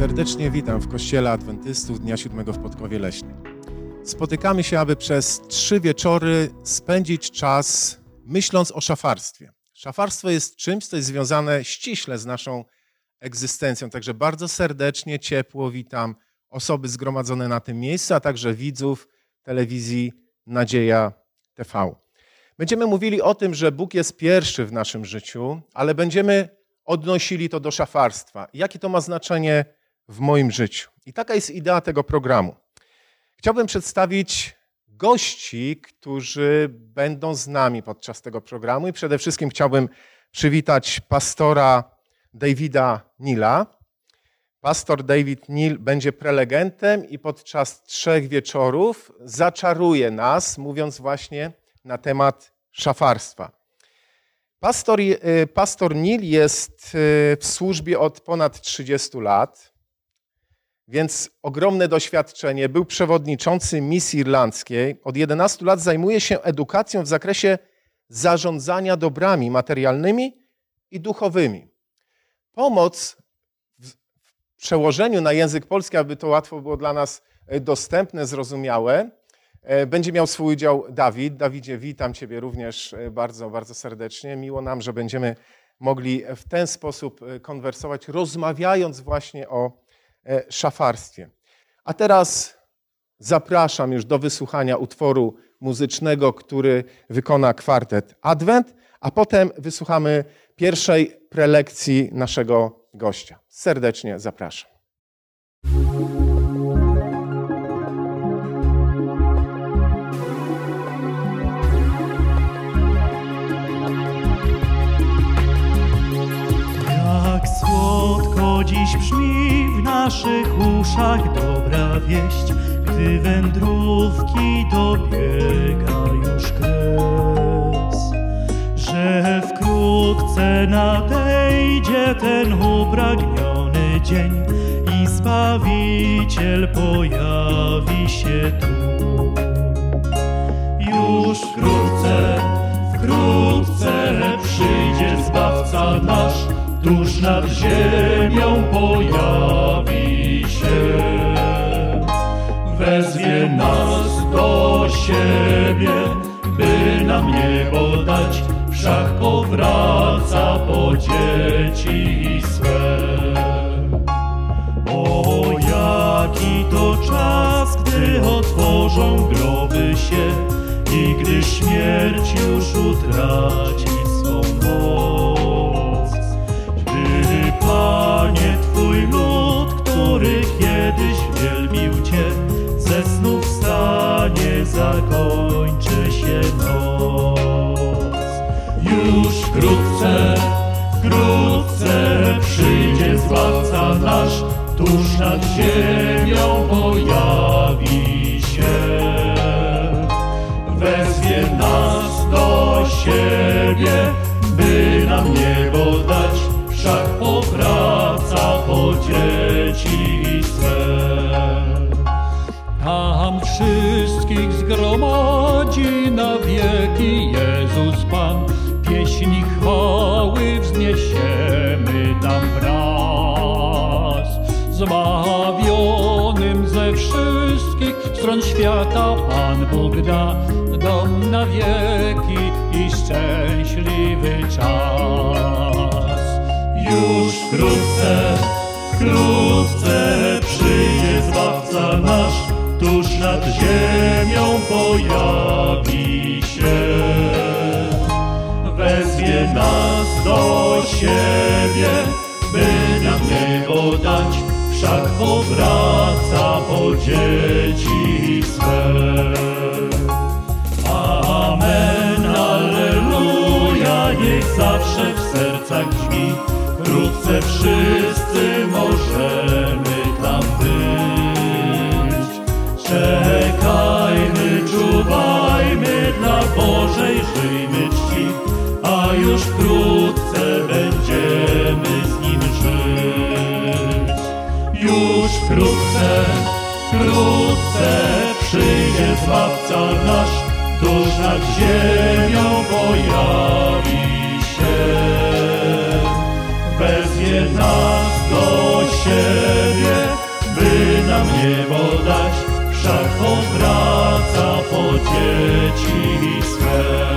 Serdecznie witam w Kościele Adwentystów Dnia Siódmego w Podkowie Leśnej. Spotykamy się, aby przez 3 wieczory spędzić czas myśląc o szafarstwie. Szafarstwo jest czymś, co jest związane ściśle z naszą egzystencją, także bardzo serdecznie, ciepło witam osoby zgromadzone na tym miejscu, a także widzów telewizji Nadzieja TV. Będziemy mówili o tym, że Bóg jest pierwszy w naszym życiu, ale będziemy odnosili to do szafarstwa. Jakie to ma znaczenie w moim życiu? I taka jest idea tego programu. Chciałbym przedstawić gości, którzy będą z nami podczas tego programu i przede wszystkim chciałbym przywitać pastora Davida Neala. Pastor David Neal będzie prelegentem i podczas 3 wieczorów zaczaruje nas, mówiąc właśnie na temat szafarstwa. Pastor Neal jest w służbie od ponad 30 lat, więc ogromne doświadczenie. Był przewodniczącym misji irlandzkiej. Od 11 lat zajmuje się edukacją w zakresie zarządzania dobrami materialnymi i duchowymi. Pomoc w przełożeniu na język polski, aby to łatwo było dla nas dostępne, zrozumiałe, będzie miał swój udział Dawid. Dawidzie, witam Ciebie również bardzo, bardzo serdecznie. Miło nam, że będziemy mogli w ten sposób konwersować, rozmawiając właśnie o szafarstwie. A teraz zapraszam już do wysłuchania utworu muzycznego, który wykona kwartet Advent, a potem wysłuchamy pierwszej prelekcji naszego gościa. Serdecznie zapraszam. Słodko dziś brzmi w naszych uszach dobra wieść, gdy wędrówki dobiega już kres, że wkrótce nadejdzie ten upragniony dzień i Zbawiciel pojawi się tu. Już wkrótce przyjdzie Zbawca nasz, tuż nad ziemią pojawi się. Wezwie nas do siebie, by nam niebo dać, wszak powraca po dzieci swe. O, jaki to czas, gdy otworzą groby się i gdy śmierć już utraci swą moc. Panie, Twój lud, który kiedyś wielbił Cię, ze snu wstanie, zakończy się noc. Już wkrótce przyjdzie Zbawca nasz, tuż nad ziemią pojawi się. Wezwie nas do siebie, by nam niebo dać, wszak powraca po dzieci swe. Tam wszystkich zgromadzi na wieki Jezus Pan, pieśni chwały wzniesiemy tam wraz. Zbawionym ze wszystkich stron świata Pan Bóg da dom na wieki i szczęśliwy czas. Już wkrótce przyjdzie Zbawca nasz, tuż nad ziemią pojawi się. Wezwie nas do siebie, by nam niebo dać, wszak powraca po dzieci swe. Amen, alleluja, niech zawsze w sercach brzmi, wkrótce wszyscy możemy tam być. Czekajmy, czuwajmy, dla Bożej żyjmy czci, a już wkrótce będziemy z Nim żyć. Już wkrótce przyjdzie Zbawca nasz, tuż nad ziemią pojawi się. Wezwie nas do siebie, niebo dać, wszak powraca po dzieci swe.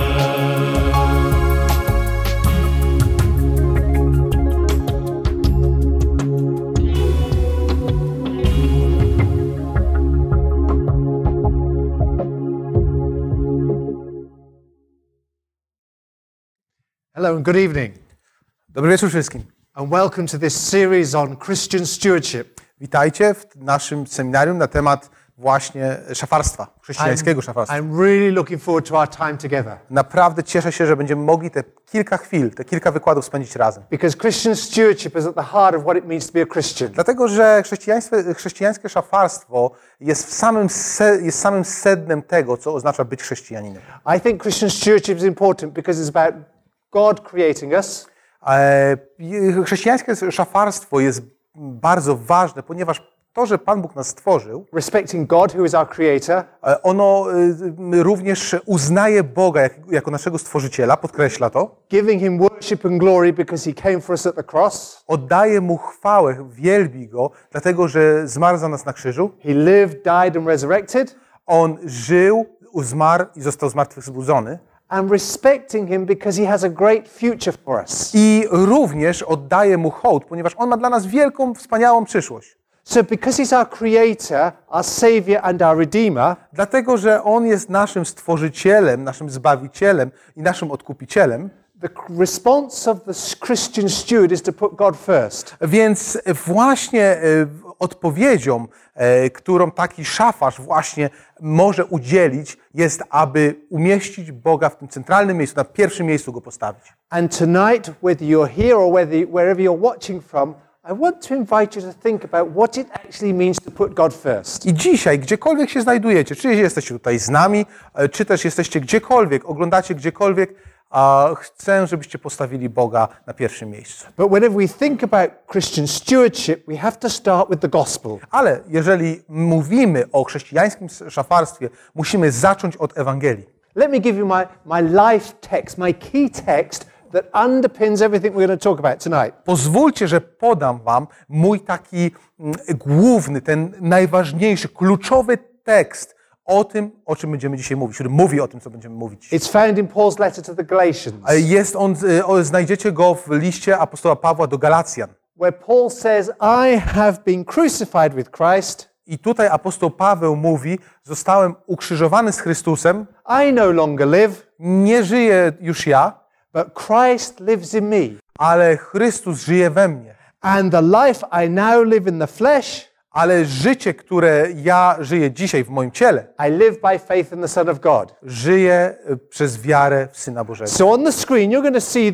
Hello and good evening, Dobry wieczór wszystkim. and welcome to this series on Christian stewardship. Witajcie w naszym seminarium na temat właśnie szafarstwa, chrześcijańskiego szafarstwa. I'm really looking forward to our time together Naprawdę cieszę się, że będziemy mogli te kilka chwil, te kilka wykładów spędzić razem. because Christian stewardship is at the heart of what it means to be a Christian. Dlatego, że chrześcijańskie szafarstwo jest samym sednem tego, co oznacza być chrześcijaninem. I think Christian stewardship is important because it's about God creating us, Chrześcijańskie szafarstwo jest bardzo ważne, ponieważ to, że Pan Bóg nas stworzył, respecting God, who is our creator, ono również uznaje Boga jako naszego Stworzyciela, podkreśla to, giving him worship and glory because he came for us at the cross. oddaje Mu chwałę, wielbi Go, dlatego, że zmarł za nas na krzyżu. He lived, died and resurrected, On żył, zmarł i został zmartwychwzbudzony. and respecting him because he has a great future for us. I również oddaje Mu hołd, ponieważ On ma dla nas wielką, wspaniałą przyszłość. So because he's our creator, our savior and our redeemer, Dlatego, że On jest naszym Stworzycielem, naszym Zbawicielem i naszym Odkupicielem, the response of the Christian steward is to put God first. więc właśnie odpowiedzią, którą taki szafarz właśnie może udzielić, jest, aby umieścić Boga w tym centralnym miejscu, na pierwszym miejscu Go postawić. And tonight, whether you're here or wherever you're watching from, I want to invite you to think about what it actually means to put God first. I dzisiaj, gdziekolwiek się znajdujecie, czy jesteście tutaj z nami, czy też jesteście gdziekolwiek, oglądacie gdziekolwiek, chcę, żebyście postawili Boga na pierwszym miejscu. But whenever we think about Christian stewardship, we have to start with the gospel. Ale jeżeli mówimy o chrześcijańskim szafarstwie, musimy zacząć od Ewangelii. Let me give you my life text, my key text that underpins everything we're going to talk about tonight. Pozwólcie, że podam wam mój taki główny, ten najważniejszy, kluczowy tekst o tym, o czym będziemy dzisiaj mówić, który mówi o tym, co będziemy mówić. It's found in Paul's letter to the Galatians, Znajdziecie go w liście apostoła Pawła do Galacjan. where Paul says, I have been crucified with Christ. I tutaj apostoł Paweł mówi, zostałem ukrzyżowany z Chrystusem, I no longer live, nie żyję już ja, but Christ lives in me. ale Chrystus żyje we mnie. And the life I now live in the flesh, Ale życie, które ja żyję dzisiaj w moim ciele, I live by faith in the Son of God. żyję przez wiarę w Syna Bożego. So on the screen, you're going to see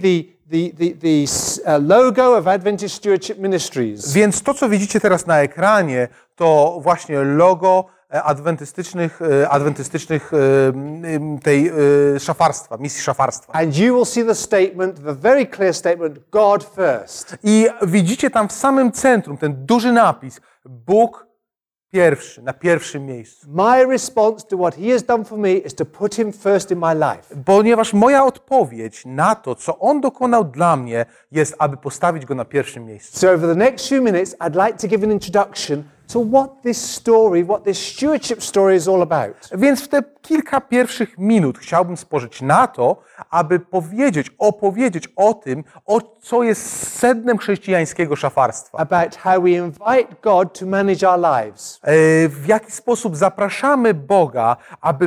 the logo of Adventist Stewardship Ministries. Więc to, co widzicie teraz na ekranie, to właśnie logo adwentystycznych tej szafarstwa, misji szafarstwa. And you will see the statement, the very clear statement, God first. I widzicie tam w samym centrum ten duży napis, Bóg pierwszy, na pierwszym miejscu. My response to what he has done for me is to put him first in my life. Ponieważ moja odpowiedź na to, co On dokonał dla mnie, jest, aby postawić Go na pierwszym miejscu. So over the next few minutes, I'd like to give an introduction to what this story, what this stewardship story is all about. Więc w te kilka pierwszych minut chciałbym spożyć na to, aby opowiedzieć o tym, co jest sednem chrześcijańskiego szafarstwa. About how we invite God to manage our lives. W jaki sposób zapraszamy Boga,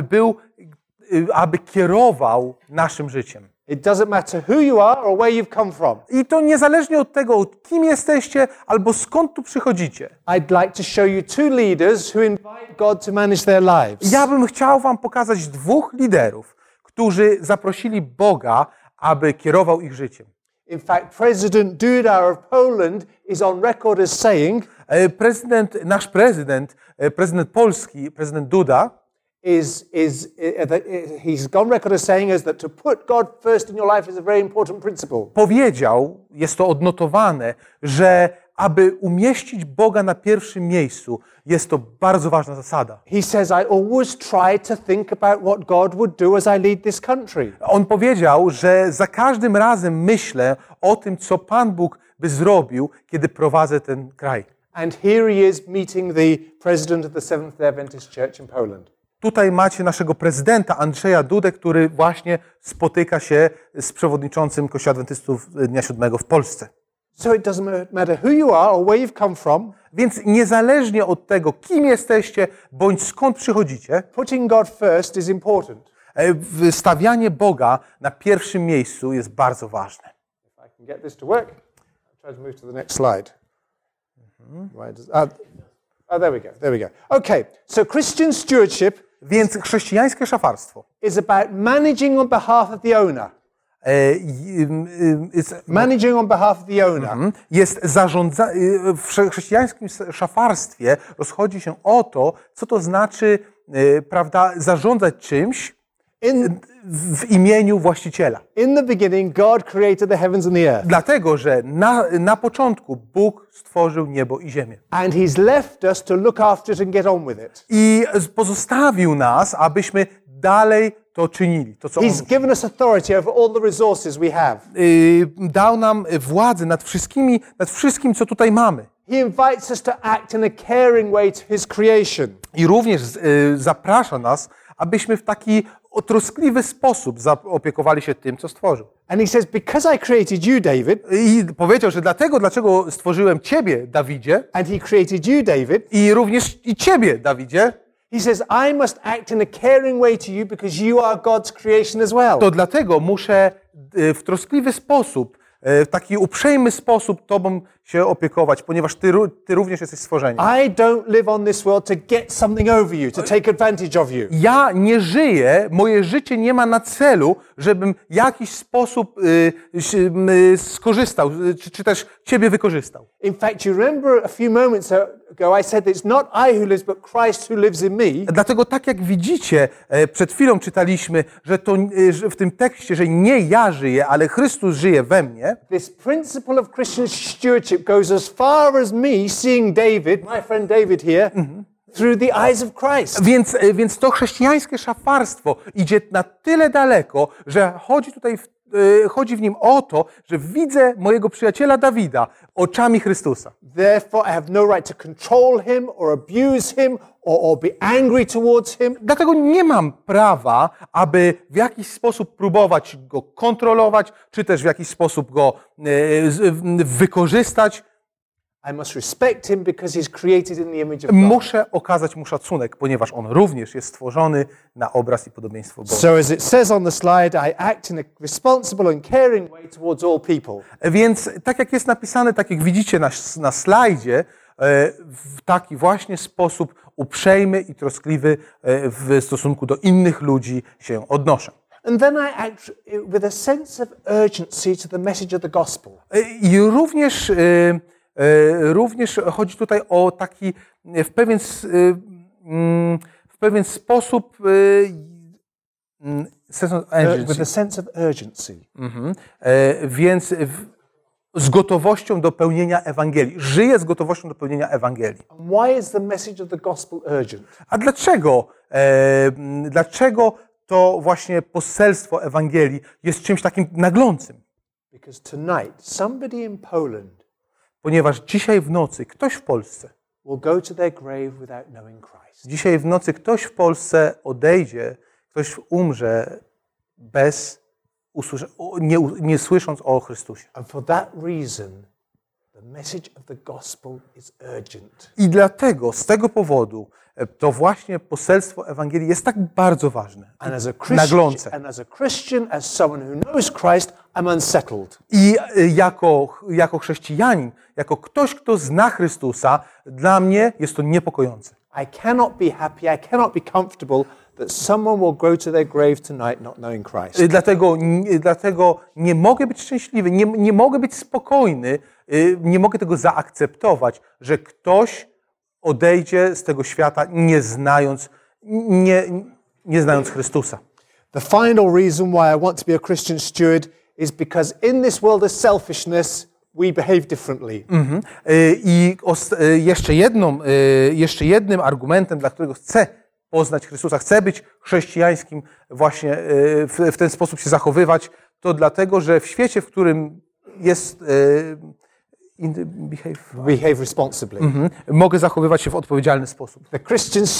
aby kierował naszym życiem. It doesn't matter who you are or where you've come from. I to niezależnie od tego, kim jesteście albo skąd tu przychodzicie. I'd like to show you two leaders who invite God to manage their lives. Ja bym chciał wam pokazać dwóch liderów, którzy zaprosili Boga, aby kierował ich życiem. In fact, President Duda of Poland is on record as saying, Nasz prezydent Polski, prezydent Duda, he's gone record as saying is that to put God first in your life is a very important principle. powiedział, jest to odnotowane, że aby umieścić Boga na pierwszym miejscu, jest to bardzo ważna zasada. He says, I always try to think about what God would do as I lead this country. On powiedział, że za każdym razem myślę o tym, co Pan Bóg by zrobił, kiedy prowadzę ten kraj. And here he is meeting the president of the Seventh-day Adventist Church in Poland. Tutaj macie naszego prezydenta Andrzeja Dudę, który właśnie spotyka się z przewodniczącym Kościoła Adwentystów Dnia Siódmego w Polsce. So it doesn't matter who you are or where you've come from, Więc niezależnie od tego, kim jesteście, bądź skąd przychodzicie, putting God first is important. stawianie Boga na pierwszym miejscu jest bardzo ważne. If I can get this to work, I'll try to move to the next slide. Right. There we go. There we go. Okay. So Christian stewardship Więc chrześcijańskie szafarstwo is about managing on behalf of the owner. Managing on behalf of the owner. jest w chrześcijańskim szafarstwie rozchodzi się o to, co to znaczy, prawda, zarządzać czymś w imieniu właściciela. In the beginning, God created the heavens and the earth. Dlatego, że na początku Bóg stworzył niebo i ziemię. And He's left us to look after it and get on with it. I pozostawił nas, abyśmy dalej to czynili. To, co He's given us authority over all the resources we have. dał nam władzę nad wszystkim, co tutaj mamy. He invites us to act in a caring way to His creation. I również zaprasza nas, abyśmy w taki troskliwy sposób zaopiekowali się tym, co stworzył. And He says, because I created you, David, I powiedział, że dlaczego stworzyłem ciebie, Dawidzie, and He created you, David, i również i ciebie, Dawidzie, He says, I must act in a caring way to you because you are God's creation as well. to dlatego muszę w troskliwy sposób, w taki uprzejmy sposób tobą się opiekować, ponieważ ty również jesteś stworzeniem. I don't live on this world to get something over you, to take advantage of you. Ja nie żyję, moje życie nie ma na celu, żebym w jakiś sposób skorzystał, czy też ciebie wykorzystał. In fact, you remember a few moments ago I said that it's not I who lives, but Christ who lives in me. Dlatego tak jak widzicie, przed chwilą czytaliśmy, że w tym tekście, że nie ja żyję, ale Chrystus żyje we mnie. This principle of Christian stewardship goes as far as me seeing David, my friend David here, through the eyes of Christ. Więc to chrześcijańskie szafarstwo idzie na tyle daleko, że chodzi w nim o to, że widzę mojego przyjaciela Dawida oczami Chrystusa. Therefore, I have no right to control him or abuse him or be angry towards him. Dlatego nie mam prawa, aby w jakiś sposób próbować go kontrolować, czy też w jakiś sposób go wykorzystać. I must respect him because he's created in the image of God. Muszę okazać mu szacunek, ponieważ on również jest stworzony na obraz i podobieństwo Boga. So as it says on the slide, I act in a responsible and caring way towards all people. Więc tak jak jest napisane, tak jak widzicie na slajdzie, w taki właśnie sposób uprzejmy i troskliwy w stosunku do innych ludzi się odnoszę. And then I act with a sense of urgency to the message of the gospel. I również chodzi tutaj o taki w pewien sposób With a sense of urgency. Więc z gotowością do pełnienia Ewangelii. Żyję z gotowością do pełnienia Ewangelii. Why is the message of the gospel urgent? A dlaczego? Dlaczego to właśnie poselstwo Ewangelii jest czymś takim naglącym? Because tonight, somebody in Poland Ponieważ dzisiaj w nocy ktoś w Polsce, will go to their grave without knowing Christ. dzisiaj w nocy ktoś w Polsce odejdzie, ktoś umrze nie słysząc o Chrystusie. And for that reason, the message of the gospel is urgent. I dlatego, z tego powodu, to właśnie poselstwo Ewangelii jest tak bardzo ważne, naglące. And as a Christian, as someone who knows Christ, I'm unsettled. I jako chrześcijanin, jako ktoś, kto zna Chrystusa, dla mnie jest to niepokojące. I cannot be happy, I cannot be comfortable that someone will go to their grave tonight not knowing Christ. Dlatego nie mogę być szczęśliwy, nie mogę być spokojny, nie mogę tego zaakceptować, że ktoś odejdzie z tego świata nie znając Chrystusa. The final reason why I want to be a Christian steward is because in this world of selfishness, we behave differently. I jeszcze jednym argumentem, dla którego chcę poznać Chrystusa, chcę być chrześcijańskim, właśnie w ten sposób się zachowywać, to dlatego, że w świecie, w którym behave responsibly. Mogę zachowywać się w odpowiedzialny sposób. The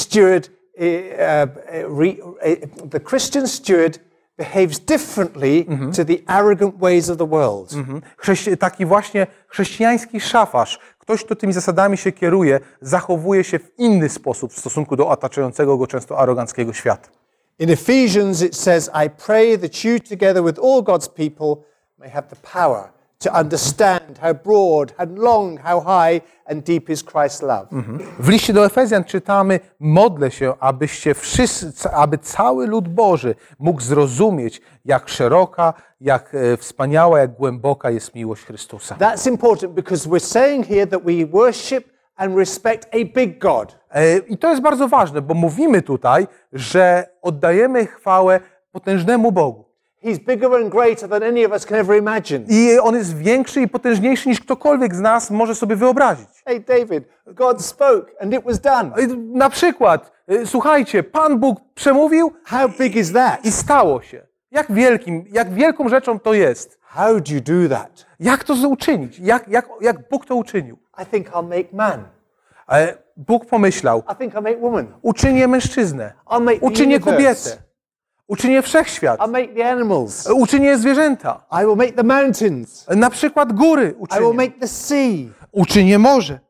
Christian steward behaves differently to the arrogant ways of the world. Taki właśnie chrześcijański szafarz, ktoś, kto tymi zasadami się kieruje, zachowuje się w inny sposób w stosunku do otaczającego go często aroganckiego świata. In Ephesians it says, I pray that you together with all God's people may have the power to understand how broad, how long, how high and deep is Christ's love. W liście do Efezjan czytamy: modlę się, abyście wszyscy, aby cały lud Boży mógł zrozumieć, jak szeroka, jak wspaniała, jak głęboka jest miłość Chrystusa. That's important because we're saying here that we worship and respect a big God. I to jest bardzo ważne, bo mówimy tutaj, że oddajemy chwałę potężnemu Bogu. He's bigger and greater than any of us can ever imagine. I on jest większy i potężniejszy niż ktokolwiek z nas może sobie wyobrazić. Hey David, God spoke and it was done. Na przykład, słuchajcie, Pan Bóg przemówił How big is that? i stało się. Jak wielką rzeczą to jest. How do you do that? Jak to uczynić? Jak Bóg to uczynił? I think I'll make man. Bóg pomyślał: I think I'll make woman. uczynię mężczyznę, I'll make the uczynię universe. kobietę, uczynię wszechświat, I'll make the animals. uczynię zwierzęta, I will make the mountains. na przykład góry I will uczynię, make the sea. uczynię morze.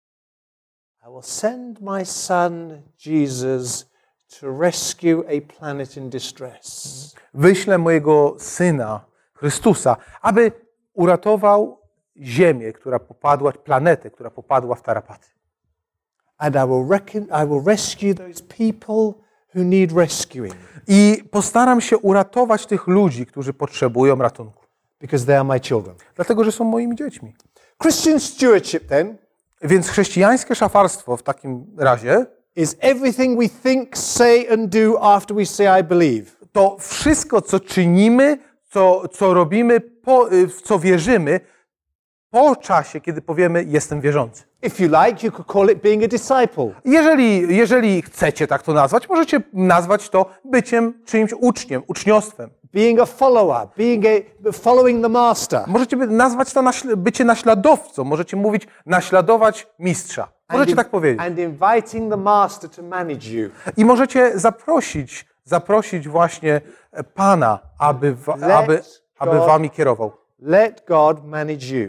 I will send my son Jesus to rescue a planet in distress. Wyślę mojego Syna, Chrystusa, aby uratował ziemię, planetę, która popadła w tarapaty. And I will rescue those people who need rescuing. I postaram się uratować tych ludzi, którzy potrzebują ratunku. Because they are my children. Dlatego, że są moimi dziećmi. Christian stewardship then Więc chrześcijańskie szafarstwo w takim razie is everything we think, say and do after we say I believe. to wszystko, co czynimy, co robimy, w co wierzymy, po czasie, kiedy powiemy: jestem wierzący. If you like, you could call it being a disciple. Jeżeli chcecie tak to nazwać, możecie nazwać to byciem czyimś uczniem, uczniostwem. Being a follower, following the master. Możecie nazwać to bycie naśladowcą, możecie mówić naśladować mistrza. Możecie tak powiedzieć. And inviting the master to manage you. I możecie zaprosić właśnie Pana, aby wami kierował. Let God manage you.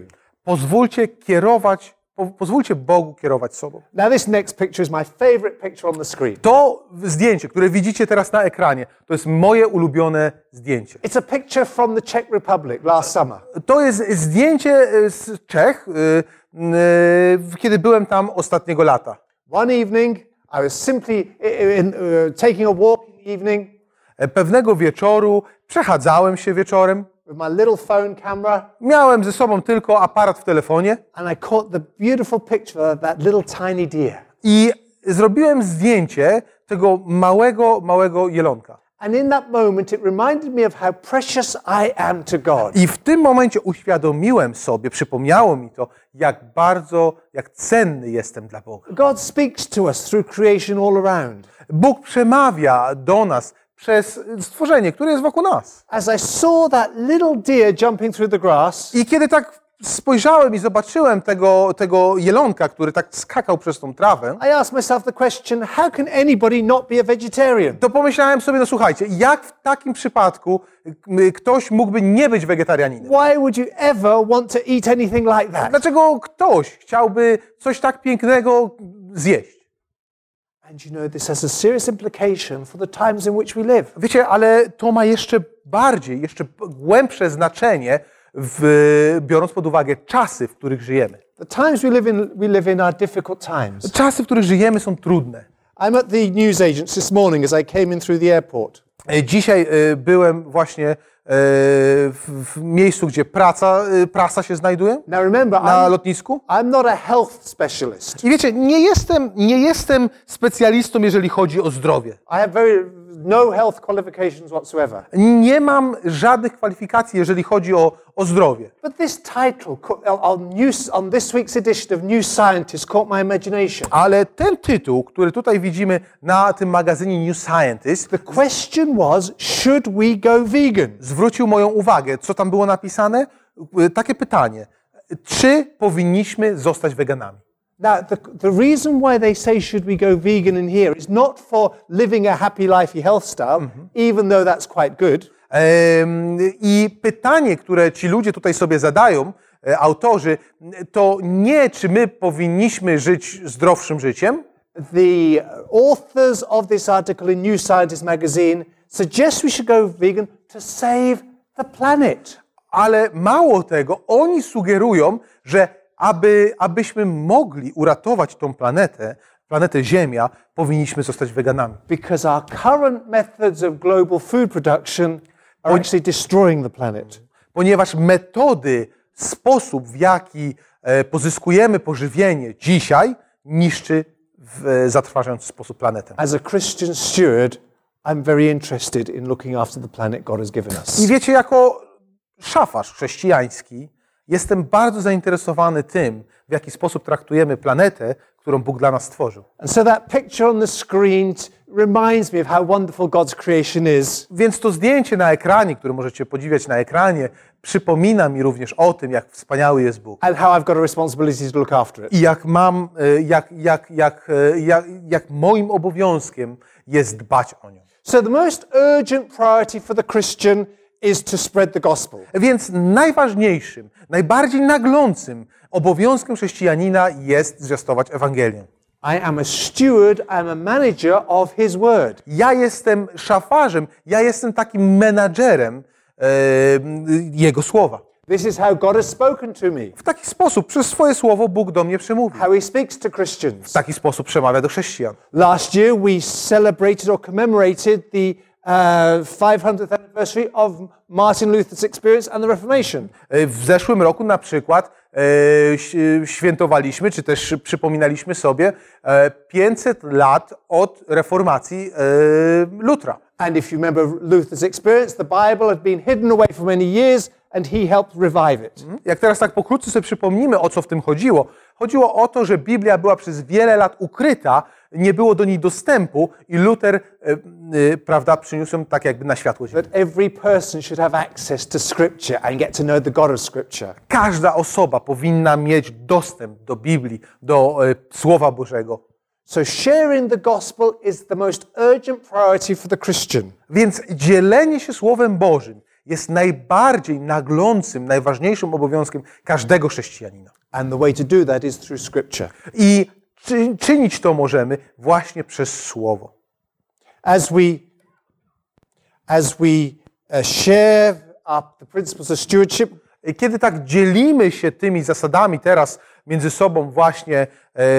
Pozwólcie Bogu kierować sobą. Now this next picture is my favorite picture on the screen. To zdjęcie, które widzicie teraz na ekranie, to jest moje ulubione zdjęcie. It's a picture from the Czech Republic last summer. To jest zdjęcie z Czech, kiedy byłem tam ostatniego lata. One evening, I was simply taking a walk in the evening. Pewnego wieczoru przechadzałem się wieczorem. With my little phone camera. Miałem ze sobą tylko aparat w telefonie. And I caught the beautiful picture of that little tiny deer. I zrobiłem zdjęcie tego małego jelonka. And in that moment it reminded me of how precious I am to God. I w tym momencie uświadomiłem sobie, przypomniało mi to, jak cenny jestem dla Boga. God speaks to us through creation all around. Bóg przemawia do nas przez stworzenie, które jest wokół nas. As I saw that little deer jumping through the grass, I kiedy tak spojrzałem i zobaczyłem tego jelonka, który tak skakał przez tą trawę, I asked myself the question, how can anybody not be a vegetarian? to pomyślałem sobie: no słuchajcie, jak w takim przypadku ktoś mógłby nie być wegetarianinem? Why would you ever want to eat anything like that? Dlaczego ktoś chciałby coś tak pięknego zjeść? And you know, this has a serious implication for the times in which we live. Wiecie, ale to ma jeszcze głębsze znaczenie, biorąc pod uwagę czasy, w których żyjemy. The times we live in are difficult times. Czasy, w których żyjemy, są trudne. I'm at the news agents this morning as I came in through the airport. Dzisiaj byłem właśnie w miejscu, gdzie prasa się znajduje, Now remember, na lotnisku. I'm not a health specialist. I wiecie, nie jestem specjalistą, jeżeli chodzi o zdrowie. I have no health qualifications whatsoever. Nie mam żadnych kwalifikacji, jeżeli chodzi o zdrowie. But this title on this week's edition of New Scientist caught my imagination. Ale ten tytuł, który tutaj widzimy na tym magazynie New Scientist, The question was, should we go vegan? zwrócił moją uwagę. Co tam było napisane? Takie pytanie. Czy powinniśmy zostać weganami? Now, the reason why they say should we go vegan in here is not for living a happy life, health style, even though that's quite good. I pytanie, które ci ludzie tutaj sobie zadają, autorzy, to nie, czy my powinniśmy żyć zdrowszym życiem. The authors of this article in New Scientist magazine suggest we should go vegan to save the planet. Ale mało tego, oni sugerują, że abyśmy mogli uratować tą planetę Ziemia, powinniśmy zostać weganami. Because our current methods of global food production are actually destroying the planet. Ponieważ metody, sposób, w jaki pozyskujemy pożywienie dzisiaj, niszczy w zatrważający sposób planetę. As a Christian steward, I'm very interested in looking after the planet God has given us. I wiecie, jako szafarz chrześcijański jestem bardzo zainteresowany tym, w jaki sposób traktujemy planetę, którą Bóg dla nas stworzył. And so that picture on the screen reminds me of how wonderful God's creation is. Więc to zdjęcie na ekranie, które możecie podziwiać na ekranie, przypomina mi również o tym, jak wspaniały jest Bóg. And how I've got a responsibility to look after it. I jak moim obowiązkiem jest dbać o nią. So the most urgent priority for the Christian is to spread the gospel. Więc najważniejszym, najbardziej naglącym obowiązkiem chrześcijanina jest zwiastować Ewangelię. I am a steward, I'm a manager of His word. Ja jestem szafarzem, ja jestem takim menadżerem Jego słowa. This is how God has spoken to me. W taki sposób, przez swoje słowo Bóg do mnie przemówi. How He speaks to Christians. W taki sposób przemawia do chrześcijan. Last year we celebrated or commemorated the 500th anniversary of Martin Luther's experience and the Reformation. W zeszłym roku na przykład świętowaliśmy, czy też przypominaliśmy sobie 500 lat od reformacji Lutra. And if you remember Luther's experience, the Bible had been hidden away for many years and he helped revive it. Jak teraz tak pokrótce sobie przypomnimy, o co w tym chodziło. Chodziło o to, że Biblia była przez wiele lat ukryta, nie było do niej dostępu i Luther, prawda, przyniósł ją tak jakby na światło ziemi. That every person should have access to Scripture and get to know the God of Scripture. Każda osoba powinna mieć dostęp do Biblii, do Słowa Bożego. So sharing the gospel is the most urgent priority for the Christian. Więc dzielenie się Słowem Bożym jest najbardziej naglącym, najważniejszym obowiązkiem każdego chrześcijanina. And the way to do that is through Scripture. I czynić to możemy właśnie przez Słowo. As we share the principles of stewardship, Kiedy tak dzielimy się tymi zasadami teraz między sobą właśnie,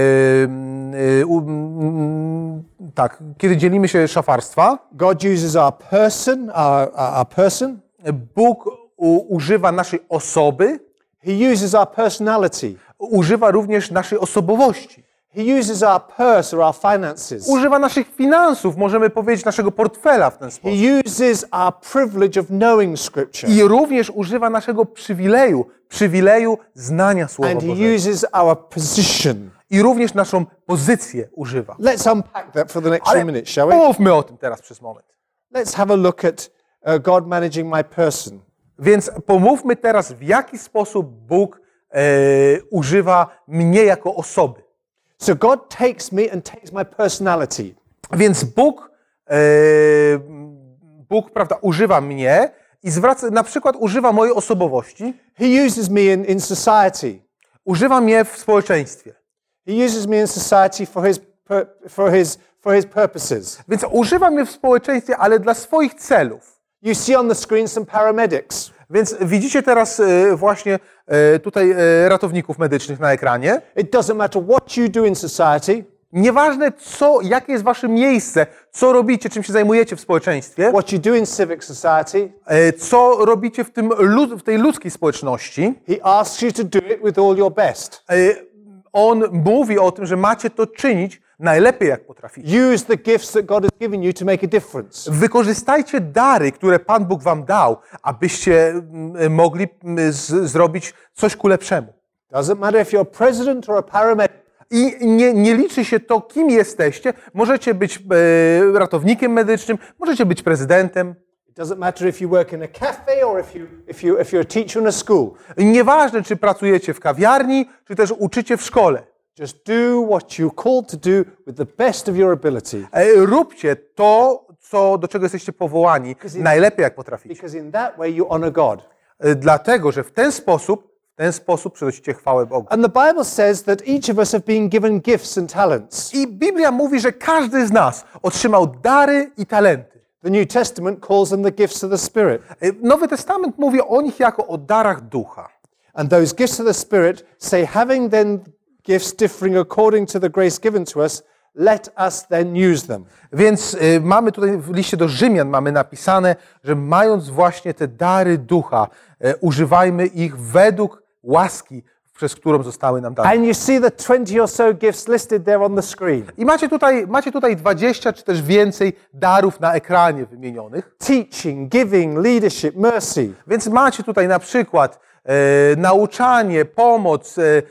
kiedy dzielimy się szafarstwa, God uses our person. Bóg używa naszej osoby, He uses our personality. używa również naszej osobowości. He uses our purse or our finances. Używa naszych finansów, możemy powiedzieć naszego portfela w ten sposób. He uses our privilege of knowing Scripture. I również używa naszego przywileju znania Słowa And He Bożego. uses our position. I również naszą pozycję używa. Let's unpack that for the next few Ale minutes, shall we? pomówmy o tym teraz przez moment. Let's have a look at God managing my person. Więc pomówmy teraz, w jaki sposób Bóg używa mnie jako osoby. So God takes me and takes my personality. Więc Bóg, prawda, używa mnie i na przykład używa mojej osobowości, He uses me in society. używa mnie w społeczeństwie. He uses me in society for his purposes. Więc używa mnie w społeczeństwie, ale dla swoich celów. You see on the screen some paramedics. Więc widzicie teraz właśnie tutaj ratowników medycznych na ekranie. It doesn't matter what you do in society, Nieważne jakie jest wasze miejsce, co robicie, czym się zajmujecie w społeczeństwie, what you do in civic society, co robicie w tej ludzkiej społeczności. He asks you to do it with all your best. On mówi o tym, że macie to czynić najlepiej, jak potraficie. Use the gifts that God has given you to make a difference. Wykorzystajcie dary, które Pan Bóg wam dał, abyście mogli zrobić coś ku lepszemu. Doesn't matter if you're a president or a paramedic. I nie liczy się to, kim jesteście. Możecie być ratownikiem medycznym, możecie być prezydentem. It doesn't matter if you work in a cafe or if you're a teacher in a school. Nieważne, czy pracujecie w kawiarni, czy też uczycie w szkole. Just do what you're called to do with the best of your ability. Róbcie to, do czego jesteście powołani, najlepiej jak potraficie. Because in that way you honor God. Dlatego, że w ten sposób przynosicie chwałę Bogu. And the Bible says that each of us have been given gifts and talents. I Biblia mówi, że każdy z nas otrzymał dary i talenty. The New Testament calls them the gifts of the Spirit. Nowy Testament mówi o nich jako o darach ducha. And those gifts of the Spirit say, having then gifts differing according to the grace given to us, let us then use them. Więc mamy tutaj w liście do Rzymian mamy napisane, że mając właśnie te dary ducha, używajmy ich według łaski, przez którą zostały nam dane. And you see the 20 or so gifts listed there on the screen. I macie tutaj 20 czy też więcej darów na ekranie wymienionych. Teaching, giving, leadership, mercy. Więc macie tutaj na przykład nauczanie, pomoc,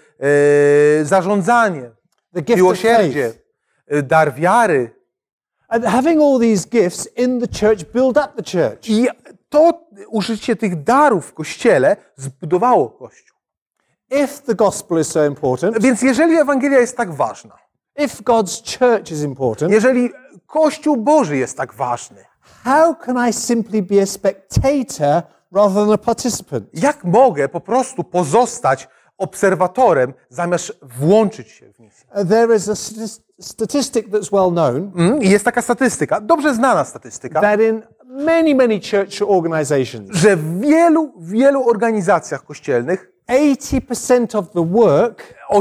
zarządzanie, The gift of miłosierdzie, faith. dar wiary. And having all these gifts in the church build up the church. I to użycie tych darów w Kościele zbudowało Kościół. If the gospel is so important, Więc jeżeli Ewangelia jest tak ważna, if God's church is important, jeżeli Kościół Boży jest tak ważny, how can I simply be a spectator rather than a participant? jak mogę po prostu pozostać obserwatorem zamiast włączyć się w misję? There is a statistic that's well known I jest taka statystyka, dobrze znana statystyka, that in many church organizations, że w wielu organizacjach kościelnych 80% of the work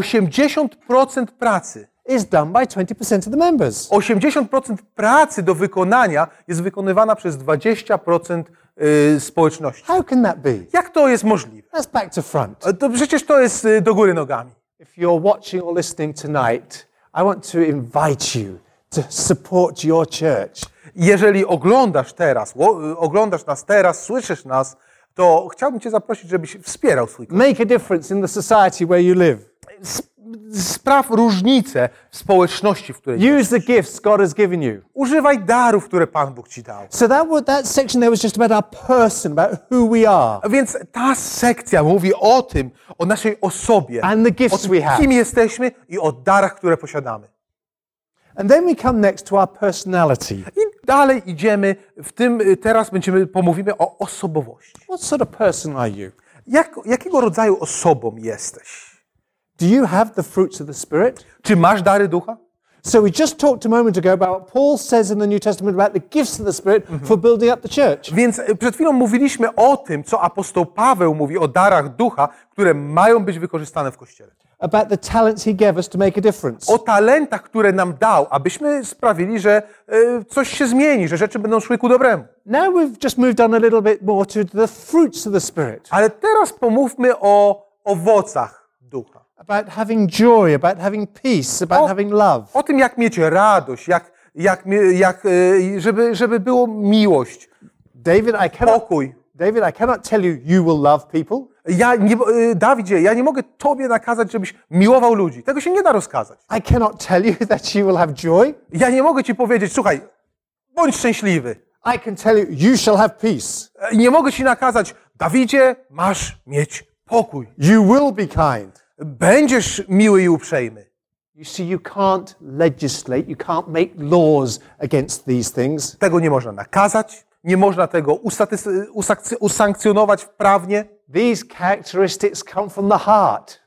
80% pracy, is done by 20% of the members. 80% pracy do wykonania jest wykonywana przez 20% społeczności. How can that be? Jak to jest możliwe? That's back to front. To przecież to jest do góry nogami. If you're watching or listening tonight, I want to invite you to support your church. Jeżeli oglądasz nas teraz, słyszysz nas, to chciałbym Cię zaprosić, żebyś wspierał swój kościół. Make a difference in the society where you live. Spraw różnicę w społeczności, w której Use the gifts God has given you. używaj darów, które Pan Bóg Ci dał. So that section there was just about our person, about who we are. A więc ta sekcja mówi o tym, o naszej osobie, And the o gifts tym, we have. kim jesteśmy i o darach, które posiadamy. And then we come next to our personality. I dalej idziemy, teraz pomówimy o osobowości. What sort of person are you? Jakiego rodzaju osobą jesteś? Do you have the fruits of the Spirit? Czy masz dary ducha? So we just talked a moment ago about what Paul says in the New Testament about the gifts of the Spirit for building up the church. Więc przed chwilą mówiliśmy o tym, co apostoł Paweł mówi o darach ducha, które mają być wykorzystane w Kościele. About the talents he gave us to make a difference. O talentach, które nam dał, abyśmy sprawili, że coś się zmieni, że rzeczy będą szły ku dobremu. Now we've just moved on a little bit more to the fruits of the Spirit. Ale teraz pomówmy o owocach ducha. About having joy, about having peace, about having love. O tym, jak mieć radość, żeby było miłość, David, pokój. I cannot tell you you will love people. Dawidzie, ja nie mogę tobie nakazać, żebyś miłował ludzi. Tego się nie da rozkazać. I cannot tell you that you will have joy. Ja nie mogę ci powiedzieć, słuchaj, bądź szczęśliwy. I can tell you you shall have peace. Nie mogę ci nakazać, Dawidzie, masz mieć pokój. You will be kind. Będziesz miły i uprzejmy. You see, you can't legislate, you can't make laws against these things. Tego nie można nakazać, nie można tego usankcjonować prawnie. These characteristics come from the heart.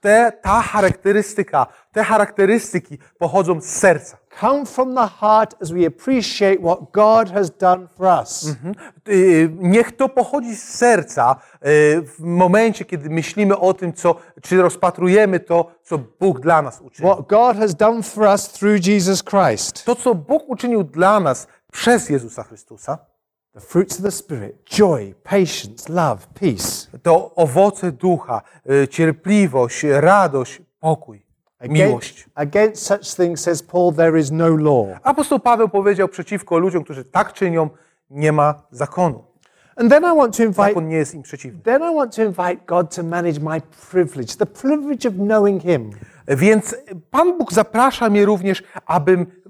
Te charakterystyki pochodzą z serca. Come from the heart as we appreciate what God has done for us. Niech to pochodzi z serca w momencie, kiedy myślimy o tym, czy rozpatrujemy to, co Bóg dla nas uczynił. What God has done for us through Jesus Christ. To, co Bóg uczynił dla nas przez Jezusa Chrystusa. The fruits of the Spirit, joy, patience, love, peace. To owoce ducha, cierpliwość, radość, pokój, miłość. Against such things, says Paul, there is no law. Apostoł Paweł powiedział przeciwko ludziom, którzy tak czynią, nie ma zakonu. And then I want to invite Zakon nie jest im przeciwny. God to manage my privilege, the privilege of knowing Him. Więc Pan Bóg zaprasza mnie również, abym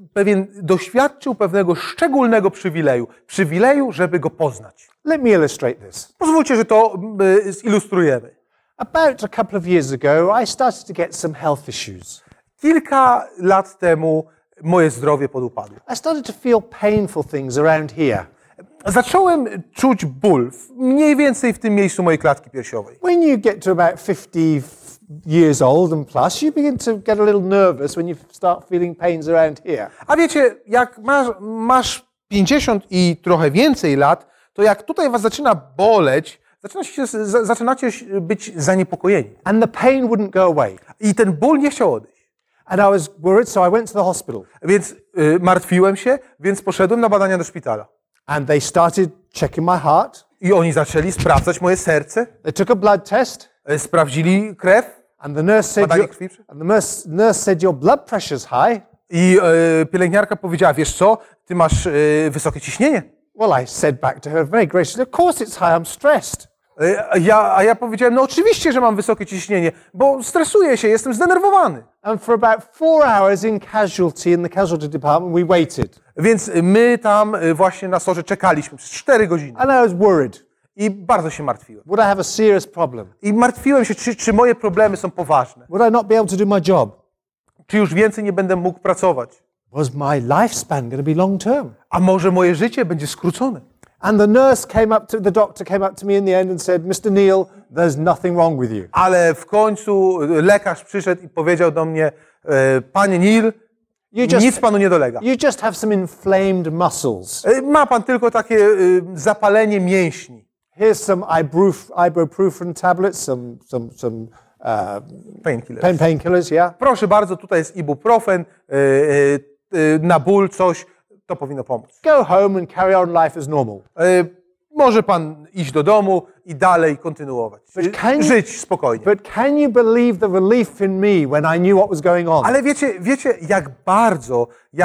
doświadczył pewnego szczególnego przywileju, żeby go poznać. Let me illustrate this. Pozwólcie, że to zilustrujemy. About a couple of years ago, I started to get some health issues. Kilka lat temu moje zdrowie podupadło. I started to feel painful things around here. Zacząłem czuć ból mniej więcej w tym miejscu mojej klatki piersiowej. When you get to about 50 years old and plus, you begin to get a little nervous when you start feeling pains around here. A wiecie, jak masz 50 i trochę więcej lat, to jak tutaj was zaczyna boleć, zaczynacie być zaniepokojeni. And the pain wouldn't go away. I ten ból nie chciał odejść. And I was worried, so I went to the hospital. Więc martwiłem się, więc poszedłem na badania do szpitala. And they started checking my heart. I oni zaczęli sprawdzać moje serce, They took a blood test. sprawdzili krew, And the nurse said, badanie krwi. nurse said your blood pressure's high. I pielęgniarka powiedziała, wiesz co, ty masz wysokie ciśnienie. Well, I said back to her very graciously, of course it's high, I'm stressed. A ja powiedziałem, no oczywiście, że mam wysokie ciśnienie, bo stresuję się, jestem zdenerwowany. And for about 4 hours in the casualty department, we waited. Więc my tam właśnie na SOR-ze czekaliśmy przez 4 godziny. And I was worried. I bardzo się martwiłem. Would I have a serious problem? I martwiłem się, czy moje problemy są poważne. Would I not be able to do my job? Czy już więcej nie będę mógł pracować. Was my lifespan going to be long term? A może moje życie będzie skrócone. And the doctor came up to me in the end and said, Mr. Neal, there's nothing wrong with you. Ale w końcu lekarz przyszedł i powiedział do mnie, panie Neal, nic panu nie dolega. You just have some inflamed muscles. Ma pan tylko takie zapalenie mięśni. Here's some ibuprofen tablets, some painkillers, yeah? Proszę bardzo, tutaj jest ibuprofen, na ból coś, to powinno pomóc. Go home and carry on life as normal. Może pan iść do domu i dalej kontynuować. Żyć spokojnie. But can you believe the relief in me when I knew what was going on? Ale wiecie jak bardzo,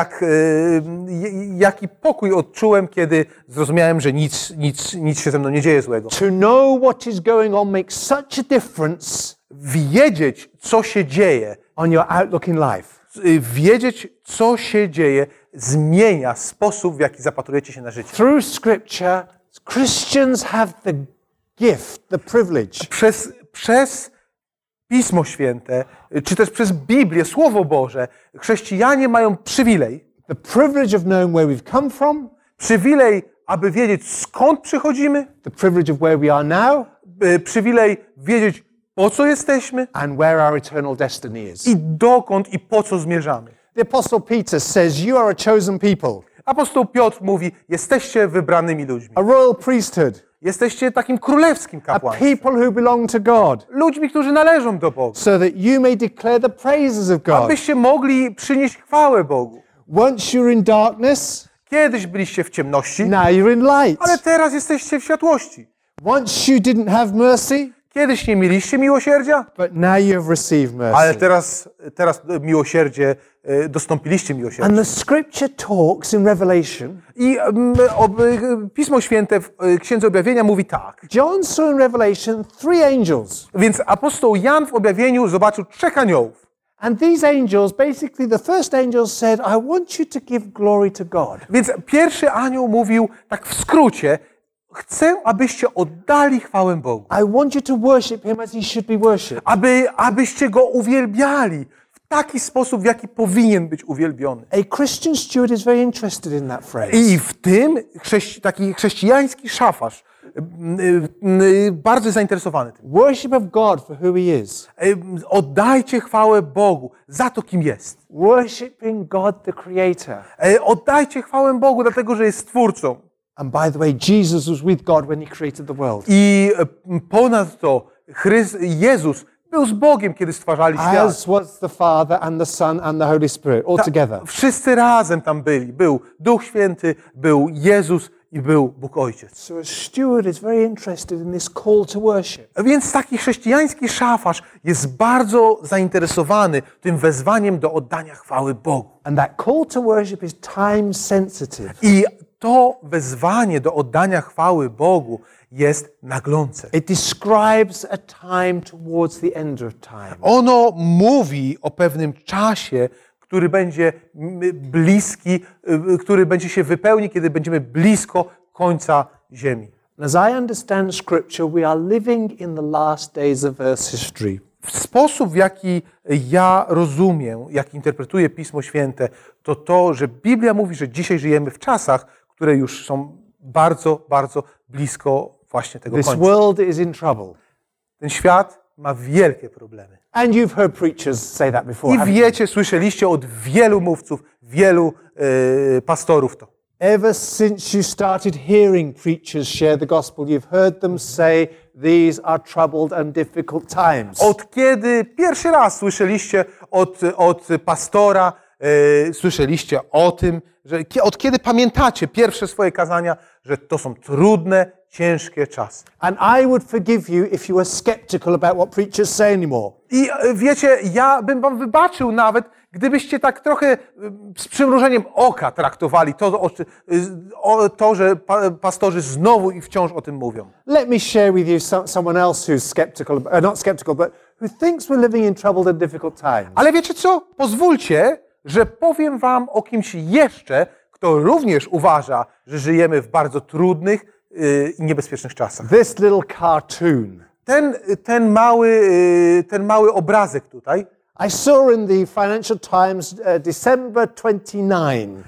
jaki pokój odczułem, kiedy zrozumiałem, że nic się ze mną nie dzieje złego. To know what is going on makes such a difference Wiedzieć, co się dzieje, on your outlook in life. Wiedzieć, co się dzieje, zmienia sposób, w jaki zapatrujecie się na życie. Through Scripture, Christians have the gift, the privilege Przez Pismo Święte, czy też przez Biblię, Słowo Boże, chrześcijanie mają przywilej. the privilege of knowing where we've come from, Przywilej, aby wiedzieć, skąd przychodzimy. the privilege of where we are now, Przywilej wiedzieć, po co jesteśmy and where our eternal destiny is. i dokąd i po co zmierzamy. The Apostle Peter says, you are a chosen people, Apostoł Piotr mówi, jesteście wybranymi ludźmi. a royal priesthood, Jesteście takim królewskim a kapłaństwem. people who belong to God, Ludźmi, którzy należą do Boga. so that you may declare the praises of God. Abyście mogli przynieść chwałę Bogu. Once you're in darkness, Kiedyś byliście w ciemności, now you're in light. ale teraz jesteście w światłości. Once you didn't have mercy, Kiedyś nie mieliście miłosierdzia, but now you have received mercy. ale teraz miłosierdzie, dostąpiliście miłosierdzia. And the Scripture talks in Revelation. I Pismo Święte w Księdze Objawienia mówi tak. John saw in Revelation 3 angels. Więc apostoł Jan w Objawieniu zobaczył 3 aniołów. And these angels, basically the first angel said, I want you to give glory to God. Więc pierwszy anioł mówił tak w skrócie, chcę, abyście oddali chwałę Bogu. I want you to worship Him as He should be worshipped. Abyście Go uwielbiali w taki sposób, w jaki powinien być uwielbiony. A Christian steward is very interested in that phrase. I w tym taki chrześcijański szafarz bardzo zainteresowany tym. Worship of God for who He is. Oddajcie chwałę Bogu za to, kim jest. Worshiping God the Creator. Oddajcie chwałę Bogu, dlatego, że jest Stwórcą. And by the way, Jesus was with God when He created the world. I ponadto Jezus był z Bogiem, kiedy stwarzali świat. As was the Father and the Son and the Holy Spirit, all together. Wszyscy razem tam byli. Był Duch Święty, był Jezus i był Bóg Ojciec. So a steward is very interested in this call to worship. Więc taki chrześcijański szafarz jest bardzo zainteresowany tym wezwaniem do oddania chwały Bogu. And that call to worship is time sensitive. I to wezwanie do oddania chwały Bogu jest naglące. It describes a time towards the end of time. Ono mówi o pewnym czasie, który będzie bliski, który będzie się wypełni, kiedy będziemy blisko końca ziemi. As I understand Scripture, we are living in the last days of Earth's history. W sposób, w jaki ja rozumiem, jak interpretuję Pismo Święte, to, że Biblia mówi, że dzisiaj żyjemy w czasach, które już są bardzo, bardzo blisko właśnie tego This końca. world is in trouble. Ten świat ma wielkie problemy. And you've heard preachers say that before. I haven't you? wiecie, słyszeliście od wielu mówców, wielu pastorów to. Ever since you started hearing preachers share the gospel, you've heard them say these are troubled and difficult times. Od kiedy pierwszy raz słyszeliście od pastora, słyszeliście o tym, że od kiedy pamiętacie pierwsze swoje kazania, że to są trudne, ciężkie czasy. And I would forgive you if you were skeptical about what preachers say anymore. I wiecie, ja bym wam wybaczył nawet, gdybyście tak trochę z przymrużeniem oka traktowali to, że pastorzy znowu i wciąż o tym mówią. Let me share with you someone else who's skeptical, not skeptical, but who thinks we're living in troubled and difficult times. Ale wiecie co? Pozwólcie, że powiem wam o kimś jeszcze, kto również uważa, że żyjemy w bardzo trudnych i niebezpiecznych czasach. This little cartoon. Ten mały obrazek tutaj. I saw in the Financial Times December 29.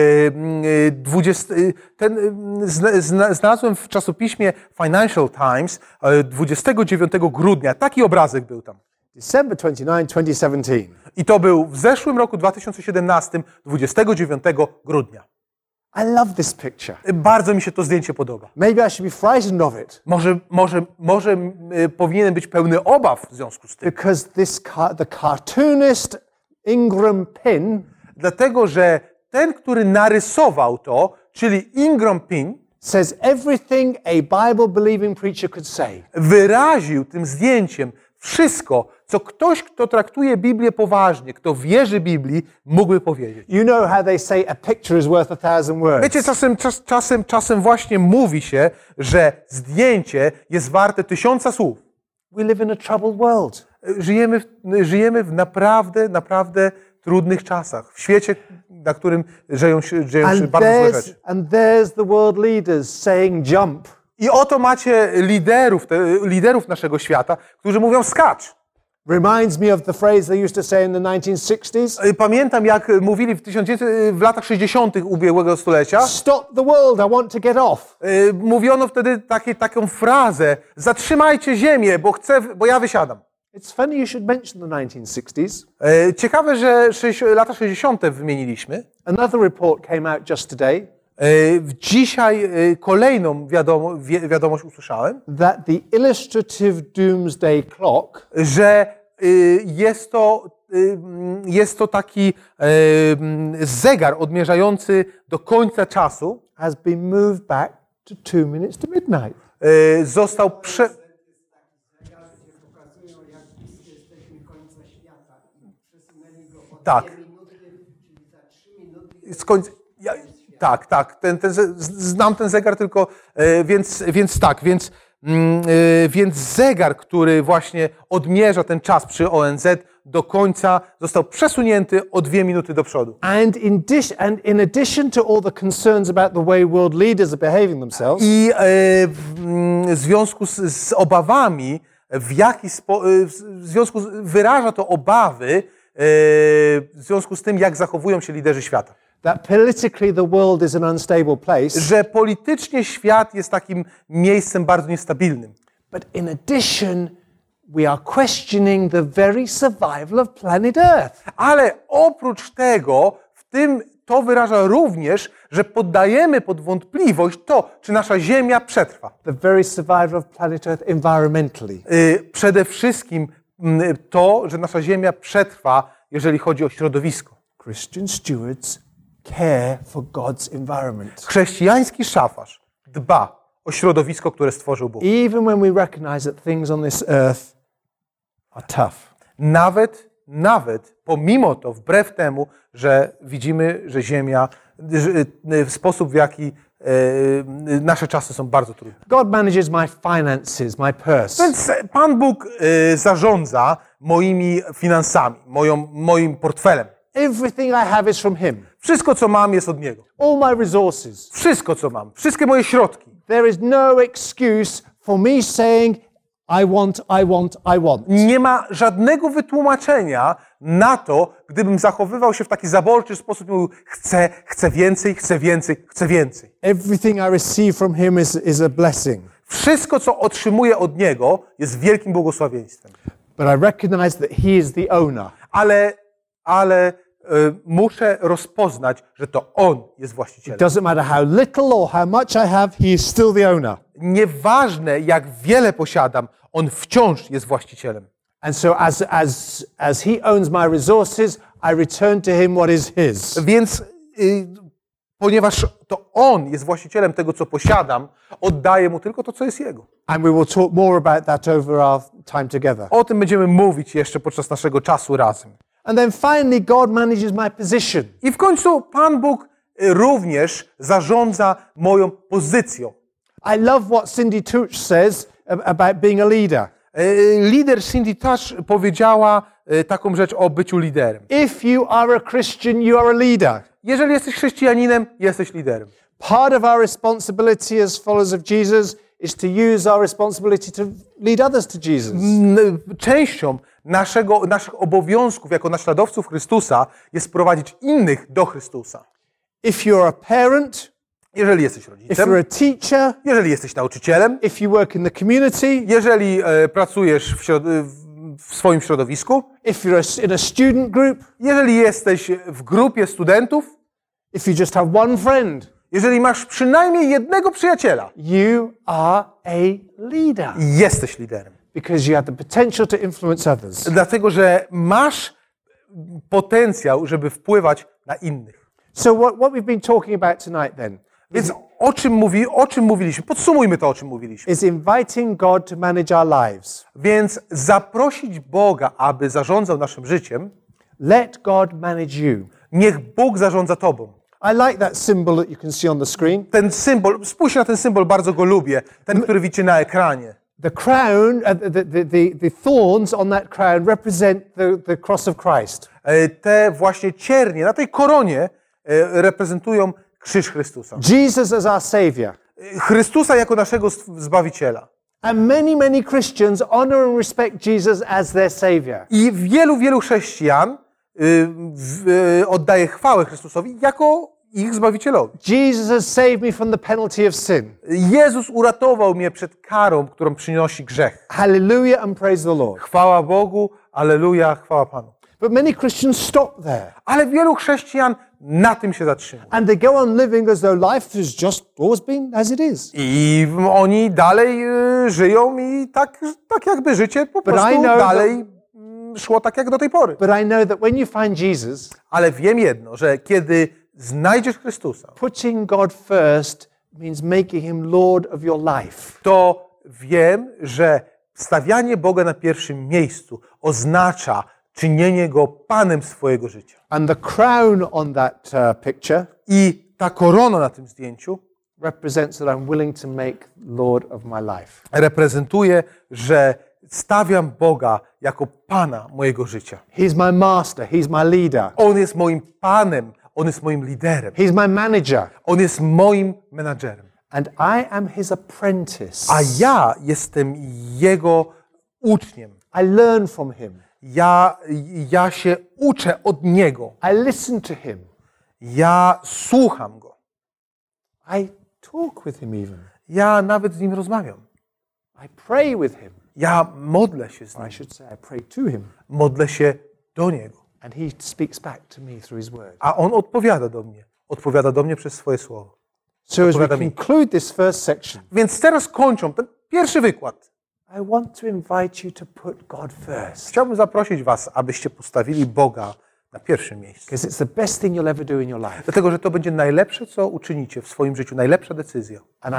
Znalazłem w czasopiśmie Financial Times 29 grudnia. Taki obrazek był tam. December 29, 2017. I to był w zeszłym roku 2017, 29 grudnia. I love this picture. Bardzo mi się to zdjęcie podoba. Maybe I should be frightened of it. Może powinienem być pełny obaw w związku z tym. Because the cartoonist Ingram Pin Dlatego, że ten, który narysował to, czyli Ingram Pin, says everything a Bible-believing preacher could say. wyraził tym zdjęciem wszystko, co ktoś, kto traktuje Biblię poważnie, kto wierzy Biblii, mógłby powiedzieć. You know how they say a picture is worth 1000 words. Wiecie, czasem właśnie mówi się, że zdjęcie jest warte 1000 słów. We live in a troubled world. Żyjemy w naprawdę trudnych czasach. W świecie, na którym dzieją się bardzo złe rzeczy. And there's the world leaders saying jump. I oto macie liderów naszego świata, którzy mówią skacz. Reminds me of the phrase they used to say in the 1960s. Pamiętam, jak mówili w latach 60. ubiegłego stulecia. Stop the world, I want to get off. Mówiono wtedy taką frazę: zatrzymajcie ziemię, bo ja wysiadam. It's funny you should mention the 1960s. Ciekawe, że lata 60. wymieniliśmy. Another report came out just today. Dzisiaj kolejną wiadomość usłyszałem, That the illustrative doomsday clock że jest to taki zegar odmierzający do końca czasu has been moved back to 2 minutes to midnight. został Tak. Tak. Znam ten zegar tylko, więc zegar, który właśnie odmierza ten czas przy ONZ do końca, został przesunięty o 2 minuty do przodu. And in addition to all the concerns about the way world leaders are behaving themselves, I w związku z obawami, wyraża to obawy w związku z tym, jak zachowują się liderzy świata. that politically the world is an unstable place, Że politycznie świat jest takim miejscem bardzo niestabilnym. but in addition, we are questioning the very survival of planet Earth. Ale oprócz tego, to wyraża również, że poddajemy pod wątpliwość to, czy nasza Ziemia przetrwa. The very survival of planet Earth environmentally. Przede wszystkim to, że nasza Ziemia przetrwa, jeżeli chodzi o środowisko. Christian stewards care for God's environment. Chrześcijański szafarz dba o środowisko, które stworzył Bóg. Even when we recognize that things on this earth are tough. Nawet pomimo to, wbrew temu, że widzimy, że Ziemia, w sposób w jaki nasze czasy są bardzo trudne. God manages my finances, my purse. Więc Pan Bóg zarządza moimi finansami, moim portfelem. Everything I have is from Him. Wszystko, co mam, jest od Niego. All my resources. Wszystko, co mam. Wszystkie moje środki. There is no excuse for me saying, I want, I want, I want. Nie ma żadnego wytłumaczenia na to, gdybym zachowywał się w taki zaborczy sposób i mówił, chcę więcej, chcę więcej, chcę więcej. Everything I receive from Him is a blessing. Wszystko, co otrzymuję od Niego, jest wielkim błogosławieństwem. But I recognize that He is the owner. Ale muszę rozpoznać, że to On jest właścicielem. Doesn't matter how little or how much I have, He is still the owner. Nieważne, jak wiele posiadam, On wciąż jest właścicielem. And so as He owns my resources, I return to Him what is His. Więc ponieważ to On jest właścicielem tego, co posiadam, oddaję Mu tylko to, co jest Jego. And we will talk more about that over our time together. O tym będziemy mówić jeszcze podczas naszego czasu razem. And then finally, God manages my position. I w końcu Pan Bóg również zarządza moją pozycją. I love what Cindy Touch says about being a leader. Lider Cindy Touch powiedziała taką rzecz o byciu liderem. If you are a Christian, you are a leader. Jeżeli jesteś chrześcijaninem, jesteś liderem. Part of our responsibility as followers of Jesus is to use our responsibility to lead others to Jesus. Częścią naszych obowiązków jako naśladowców Chrystusa jest prowadzić innych do Chrystusa. If you're a parent, Jeżeli jesteś if rodzicem, you're a teacher, jeżeli jesteś nauczycielem, if you work in the community, jeżeli pracujesz w swoim środowisku, if you're in a student group, jeżeli jesteś w grupie studentów, if you just have one friend, jeżeli masz przynajmniej jednego przyjaciela, you are a leader jesteś liderem. because you have the potential to influence others. Dlatego, że masz potencjał, żeby wpływać na innych. So what we've been talking about tonight then Więc o czym mówiliśmy? Podsumujmy to, o czym mówiliśmy. is inviting God to manage our lives. Więc zaprosić Boga, aby zarządzał naszym życiem. Let God manage you. Niech Bóg zarządza tobą. I like that symbol that you can see on the screen. Ten symbol, spójrzcie na ten symbol, bardzo go lubię. Ten, który widzicie na ekranie. The crown, the thorns on that crown represent the cross of Christ. Te właśnie ciernie na tej koronie reprezentują krzyż Chrystusa. Jesus as our Savior. Chrystusa jako naszego Zbawiciela. And many Christians honor and respect Jesus as their Savior. I wielu chrześcijan oddaje chwałę Chrystusowi jako ich Zbawicielowi. Jesus has saved me from the penalty of sin. Jezus uratował mnie przed karą, którą przynosi grzech. Hallelujah and praise the Lord. Chwała Bogu, alleluja, chwała Panu. But many Christians stop there. Ale wielu chrześcijan na tym się zatrzymuje. And they go on living as though life has just always been as it is. I oni dalej żyją i tak jakby życie po prostu dalej szło tak jak do tej pory. But I know that when you find Jesus, Ale wiem jedno, że kiedy znajdziesz Chrystusa, putting God first means making Him Lord of your life. to wiem, że stawianie Boga na pierwszym miejscu oznacza czynienie Go Panem swojego życia. And the crown on that picture I ta korona na tym zdjęciu represents that I'm willing to make Lord of my life. reprezentuje, że stawiam Boga jako Pana mojego życia. He's my master. He's my leader. On jest moim Panem, On jest moim liderem, He's my manager. On jest moim menadżerem. And I am His apprentice. A ja jestem Jego uczniem. I learn from Him. Ja się uczę od Niego. I listen to Him. Ja słucham Go. I talk with Him even. Ja nawet z Nim rozmawiam. I pray with Him. Ja modlę się z Or I Nim. should say I pray to Him. Modlę się do Niego. And He speaks back to me through His word. A On odpowiada do mnie. Odpowiada do mnie przez swoje słowo. So as we Odpowiada mi. conclude this first section, Więc teraz kończąc ten pierwszy wykład. I want to invite you to put God first. Chciałbym zaprosić Was, abyście postawili Boga na pierwszym miejscu. Because it's the best thing you'll ever do in your life. Dlatego, że to będzie najlepsze, co uczynicie w swoim życiu, najlepsza decyzja. And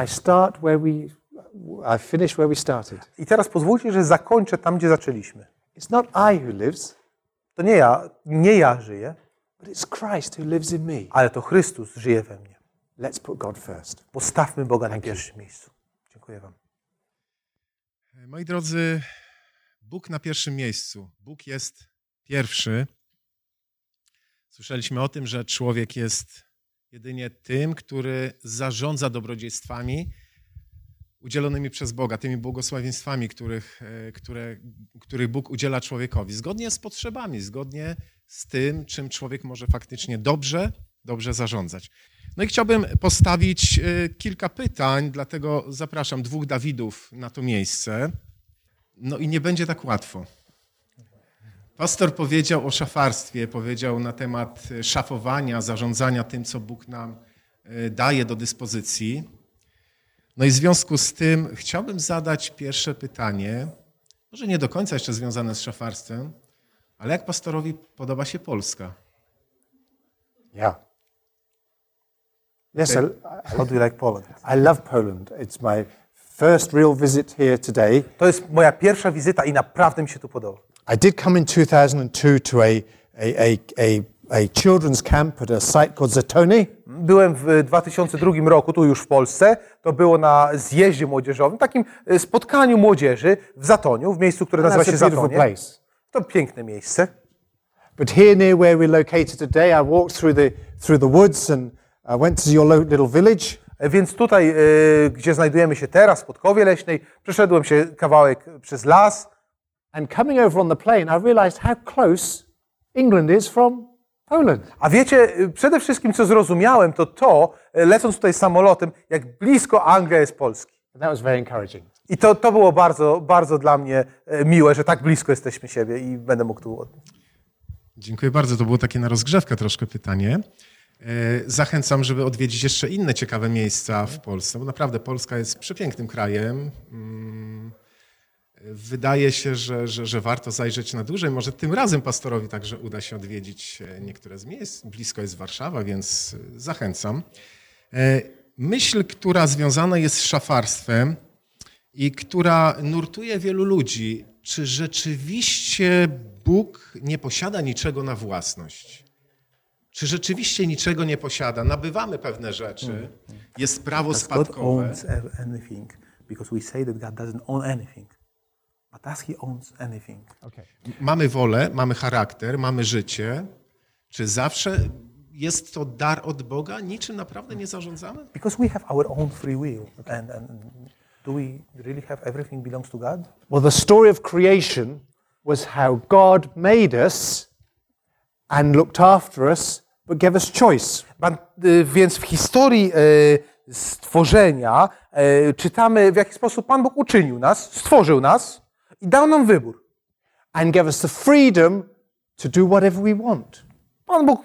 I finish where we started. I teraz pozwólcie, że zakończę tam, gdzie zaczęliśmy. It's not I who lives, To nie ja żyję, but it's Christ who lives in me. ale to Chrystus żyje we mnie. Let's put God first. Postawmy Boga na pierwszym miejscu. Dziękuję Wam. Moi drodzy, Bóg na pierwszym miejscu. Bóg jest pierwszy. Słyszeliśmy o tym, że człowiek jest jedynie tym, który zarządza dobrodziejstwami udzielonymi przez Boga, tymi błogosławieństwami, których Bóg udziela człowiekowi, zgodnie z potrzebami, zgodnie z tym, czym człowiek może faktycznie dobrze zarządzać. No i chciałbym postawić kilka pytań, dlatego zapraszam 2 Dawidów na to miejsce. No i nie będzie tak łatwo. Pastor powiedział o szafarstwie, powiedział na temat szafowania, zarządzania tym, co Bóg nam daje do dyspozycji. No i w związku z tym chciałbym zadać pierwsze pytanie, może nie do końca jeszcze związane z szafarstwem, ale jak pastorowi podoba się Polska? Yeah. Yes, How do you like Poland? I love Poland. It's my first real visit here today. To jest moja pierwsza wizyta i naprawdę mi się tu podoba. I did come in 2002 to a children's camp at a site called Zatoni. Byłem w 2002 roku, tu już w Polsce. To było na zjeździe młodzieżowym, takim spotkaniu młodzieży w Zatoniu, w miejscu, które nazywa That's się a beautiful Zatonie. place. To piękne miejsce. But here near where we're located today, I walked through the woods and went to your little village. Więc tutaj, gdzie znajdujemy się teraz, w Podkowie Leśnej, przeszedłem się kawałek przez las. And coming over on the plane, I realized how close England is from Poland. A wiecie, przede wszystkim co zrozumiałem, to lecąc tutaj samolotem, jak blisko Anglia jest Polski. And that was very encouraging. I to było bardzo, bardzo dla mnie miłe, że tak blisko jesteśmy siebie i będę mógł tu... Dziękuję bardzo. To było takie na rozgrzewkę troszkę pytanie. Zachęcam, żeby odwiedzić jeszcze inne ciekawe miejsca w Polsce, bo naprawdę Polska jest przepięknym krajem. Wydaje się, że warto zajrzeć na dłużej. Może tym razem pastorowi także uda się odwiedzić niektóre z miejsc. Blisko jest Warszawa, więc zachęcam. Myśl, która związana jest z szafarstwem i która nurtuje wielu ludzi, czy rzeczywiście Bóg nie posiada niczego na własność? Czy rzeczywiście niczego nie posiada? Nabywamy pewne rzeczy, jest prawo spadkowe. Because we say that God doesn't own anything. But does he owns anything? Okay. Mamy wolę, mamy charakter, mamy życie. Czy zawsze jest to dar od Boga? Niczym naprawdę nie zarządzamy? Because we have our own free will. And do we really have everything belongs to God? Well, the story of creation was how God made us and looked after us, but gave us choice. Więc w historii stworzenia czytamy, w jaki sposób Pan Bóg uczynił nas, stworzył nas i dał nam wybór. And gave us the freedom to do whatever we want. Pan Bóg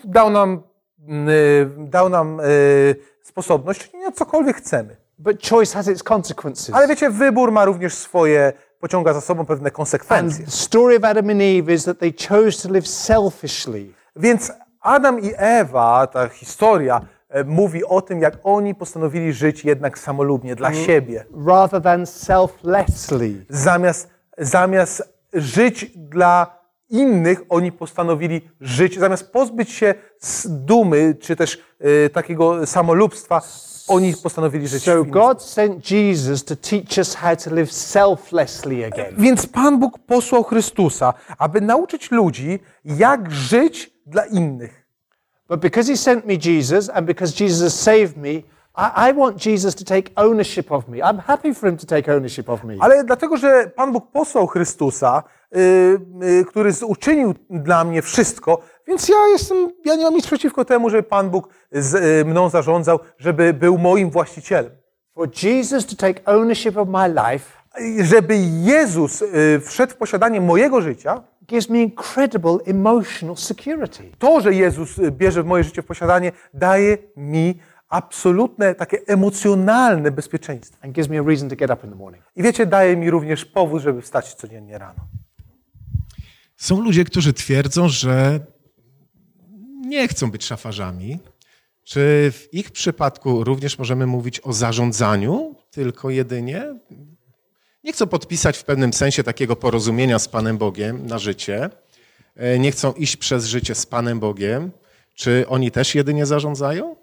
dał nam sposobność czynienia cokolwiek chcemy. But choice has its consequences. Ale wiecie, wybór ma również pociąga za sobą pewne konsekwencje. And the story of Adam and Eve is that they chose to live selfishly. Więc Adam i Ewa, ta historia mówi o tym, jak oni postanowili żyć jednak samolubnie, dla siebie. Rather than selflessly. Zamiast żyć dla innych, oni postanowili żyć, zamiast pozbyć się dumy, czy też takiego samolubstwa, oni postanowili żyć So w inny God sent Jesus to teach us how to live selflessly again. Więc Pan Bóg posłał Chrystusa, aby nauczyć ludzi, jak żyć dla innych. But because he sent me Jesus and because Jesus has saved me, I want Jesus to take ownership of me. I'm happy for him to take ownership of me. Ale dlatego, że Pan Bóg posłał Chrystusa, który uczynił dla mnie wszystko, więc ja nie mam nic przeciwko temu, żeby Pan Bóg mną zarządzał, żeby był moim właścicielem. For Jesus to take ownership of my life, żeby Jezus wszedł w posiadanie mojego życia, gives me incredible emotional security. to, że Jezus bierze moje życie w posiadanie, daje mi absolutne, takie emocjonalne bezpieczeństwo. And gives me a reason to get up in the morning. I wiecie, daje mi również powód, żeby wstać codziennie rano. Są ludzie, którzy twierdzą, że nie chcą być szafarzami. Czy w ich przypadku również możemy mówić o zarządzaniu tylko jedynie? Nie chcą podpisać w pewnym sensie takiego porozumienia z Panem Bogiem na życie. Nie chcą iść przez życie z Panem Bogiem. Czy oni też jedynie zarządzają?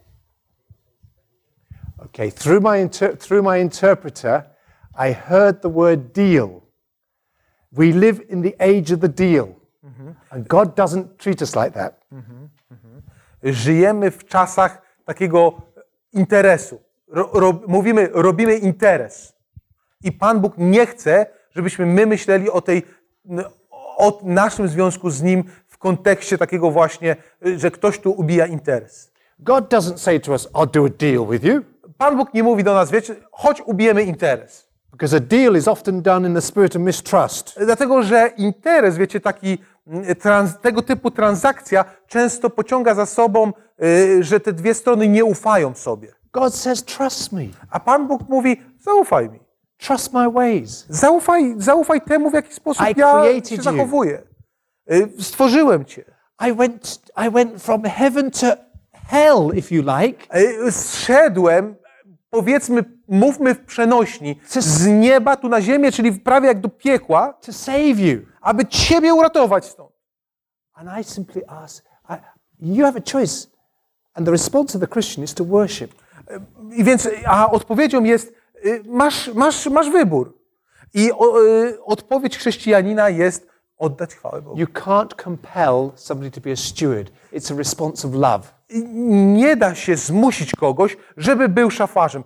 Okay, through my interpreter, I heard the word deal. We live in the age of the deal. And God doesn't treat us like that. żyjemy w czasach takiego interesu. Mówimy, robimy interes. I Pan Bóg nie chce, żebyśmy my myśleli o naszym związku z Nim w kontekście takiego właśnie, że ktoś tu ubija interes. God doesn't say to us, I'll do a deal with you. Pan Bóg nie mówi do nas, wiecie, chodź ubijemy interes. Because a deal is often done in the spirit of mistrust. Dlatego, że interes, wiecie, tego typu transakcja często pociąga za sobą, że te dwie strony nie ufają sobie. God says, trust me. A Pan Bóg mówi, zaufaj mi. Trust my ways. Zaufaj temu, w jaki sposób I ja created się you. zachowuję. Stworzyłem cię. I went from heaven to hell, if you like. Zszedłem, powiedzmy, mówmy w przenośni, z nieba tu na ziemię, czyli prawie jak do piekła, To save you. aby ciebie uratować stąd. And I simply ask, you have a choice. And the response of the Christian is to worship. I więc, a odpowiedzią jest, masz wybór. I odpowiedź chrześcijanina jest oddać chwałę Bogu. You can't compel somebody to be a steward. It's a response of love. Nie da się zmusić kogoś, żeby był szafarzem.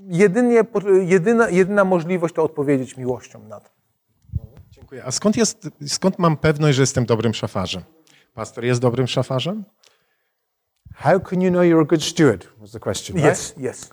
Jedyna możliwość to odpowiedzieć miłością na to. Dziękuję. A skąd mam pewność, że jestem dobrym szafarzem? Pastor jest dobrym szafarzem? How can you know you're a good steward? Was the question, right? Yes.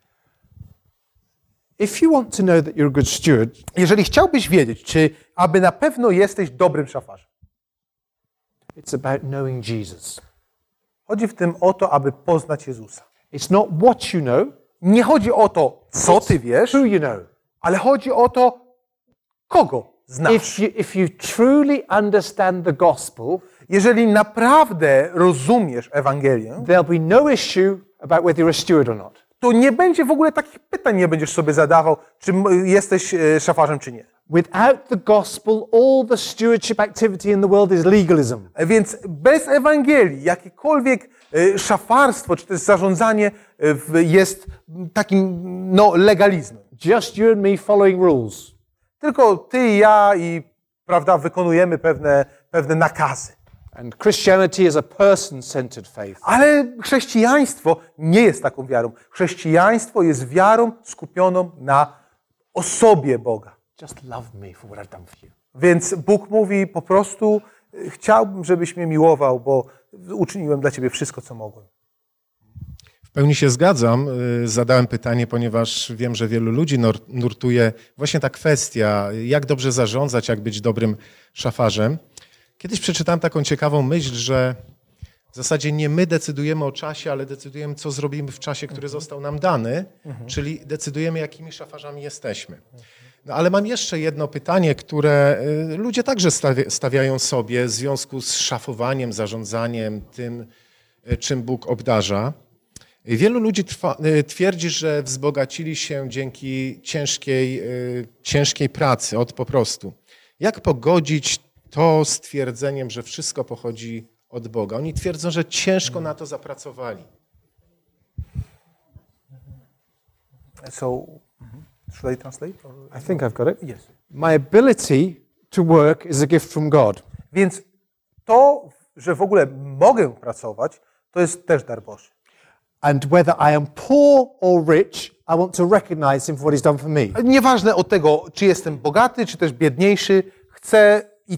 If you want to know that you're a good steward, Jeżeli chciałbyś wiedzieć, czy aby na pewno jesteś dobrym szafarzem, it's about knowing Jesus. chodzi w tym o to, aby poznać Jezusa. It's not what you know, Nie chodzi o to, co ty wiesz, who you know. ale chodzi o to, kogo znasz. If you truly understand the gospel, Jeżeli naprawdę rozumiesz Ewangelię, there'll be no issue about whether you're a steward or not. to nie będzie w ogóle takich pytań, nie będziesz sobie zadawał, czy jesteś szafarzem, czy nie. Without the gospel, all the stewardship activity in the world is legalism. Więc bez Ewangelii jakiekolwiek szafarstwo, czy też zarządzanie jest takim legalizmem. Just you and me following rules. Tylko ty i ja prawda, wykonujemy pewne nakazy. And Christianity is a person-centered faith. Ale chrześcijaństwo nie jest taką wiarą. Chrześcijaństwo jest wiarą skupioną na osobie Boga. Just love me for what I've done for you. Więc Bóg mówi po prostu, chciałbym, żebyś mnie miłował, bo uczyniłem dla ciebie wszystko, co mogłem. W pełni się zgadzam. Zadałem pytanie, ponieważ wiem, że wielu ludzi nurtuje właśnie ta kwestia, jak dobrze zarządzać, jak być dobrym szafarzem. Kiedyś przeczytałem taką ciekawą myśl, że w zasadzie nie my decydujemy o czasie, ale decydujemy, co zrobimy w czasie, który został nam dany, czyli decydujemy, jakimi szafarzami jesteśmy. No, ale mam jeszcze jedno pytanie, które ludzie także stawiają sobie w związku z szafowaniem, zarządzaniem tym, czym Bóg obdarza. Wielu ludzi twierdzi, że wzbogacili się dzięki ciężkiej pracy, po prostu. Jak pogodzić to z twierdzeniem, że wszystko pochodzi od Boga? Oni twierdzą, że ciężko na to zapracowali. So, should I translate? I think I've got it. Yes. My ability to work is a gift from God. Więc to, że w ogóle mogę pracować, to jest też dar Boży. And whether I am poor or rich, I want to recognize him for what he's done for me. Nieważne od tego, czy jestem bogaty, czy też biedniejszy, chcę i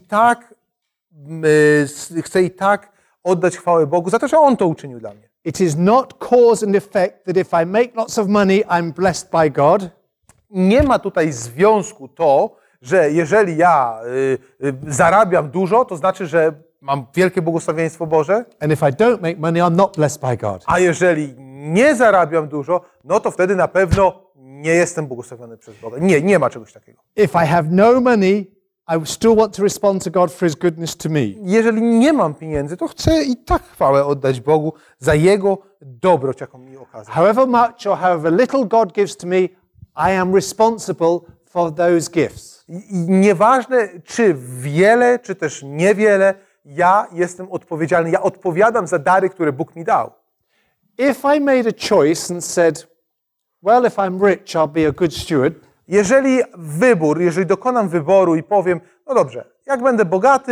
tak oddać chwałę Bogu za to, że On to uczynił dla mnie. It is not cause and effect that if I make lots of money, I'm blessed by God. Nie ma tutaj związku to, że jeżeli ja zarabiam dużo, to znaczy, że mam wielkie błogosławieństwo Boże. And if I don't make money, I'm not blessed by God. A jeżeli nie zarabiam dużo, no to wtedy na pewno nie jestem błogosławiony przez Boga. Nie ma czegoś takiego. If I have no money, I still want to respond to God for his goodness to me. Jeżeli nie mam pieniędzy, to chcę i tak chwałę oddać Bogu za Jego dobroć, jaką mi okazał. However much or however little God gives to me, I am responsible for those gifts. I nieważne, czy wiele, czy też niewiele, ja jestem odpowiedzialny. Ja odpowiadam za dary, które Bóg mi dał. If I made a choice and said, well, if I'm rich, I'll be a good steward, Jeżeli dokonam wyboru i powiem, no dobrze, jak będę bogaty,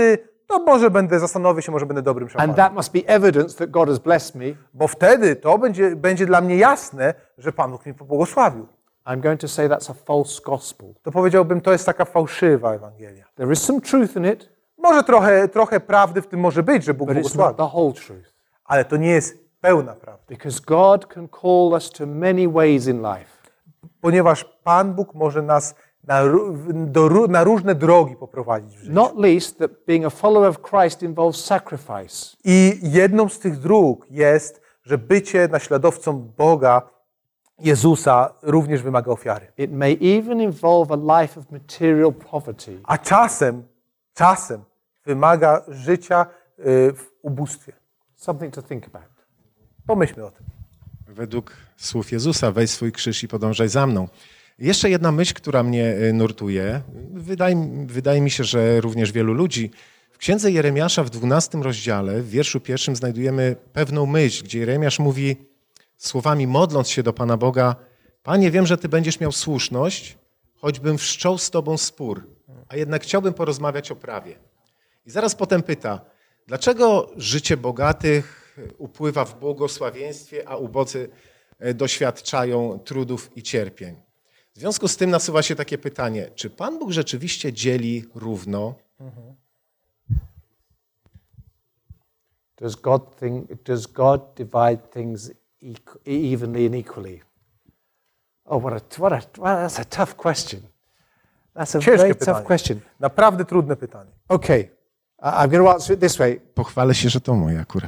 to może zastanowię się, może będę dobrym And szafarzem. that must be evidence that God has blessed me. Bo wtedy to będzie dla mnie jasne, że Pan Bóg mnie pobłogosławił. I'm going to say that's a false gospel. To powiedziałbym, to jest taka fałszywa Ewangelia. There is some truth in it, Może trochę prawdy w tym może być, że Bóg but it's not błogosławi. the whole truth. Ale to nie jest pełna prawda. Because God can call us to many ways in life. Ponieważ Pan Bóg może nas na różne drogi poprowadzić w życiu. Not least that being a follower of Christ involves sacrifice. I jedną z tych dróg jest, że bycie naśladowcą Boga, Jezusa, również wymaga ofiary. It may even involve a life of material poverty. A czasem wymaga życia w ubóstwie. Something to think about. Pomyślmy o tym. Według słów Jezusa, weź swój krzyż i podążaj za mną. Jeszcze jedna myśl, która mnie nurtuje. Wydaje mi się, że również wielu ludzi. W księdze Jeremiasza w 12 rozdziale, w wierszu 1 znajdujemy pewną myśl, gdzie Jeremiasz mówi słowami, modląc się do Pana Boga: Panie, wiem, że Ty będziesz miał słuszność, choćbym wszczął z Tobą spór, a jednak chciałbym porozmawiać o prawie. I zaraz potem pyta, dlaczego życie bogatych upływa w błogosławieństwie, a ubodzy doświadczają trudów i cierpień. W związku z tym nasuwa się takie pytanie, czy Pan Bóg rzeczywiście dzieli równo? Does God divide things evenly and equally? Oh, that's a tough question. That's a Ciężkie very pytanie. tough question. Naprawdę trudne pytanie. Okay, I'm going to answer it this way. Pochwalę się, że to moje akurat.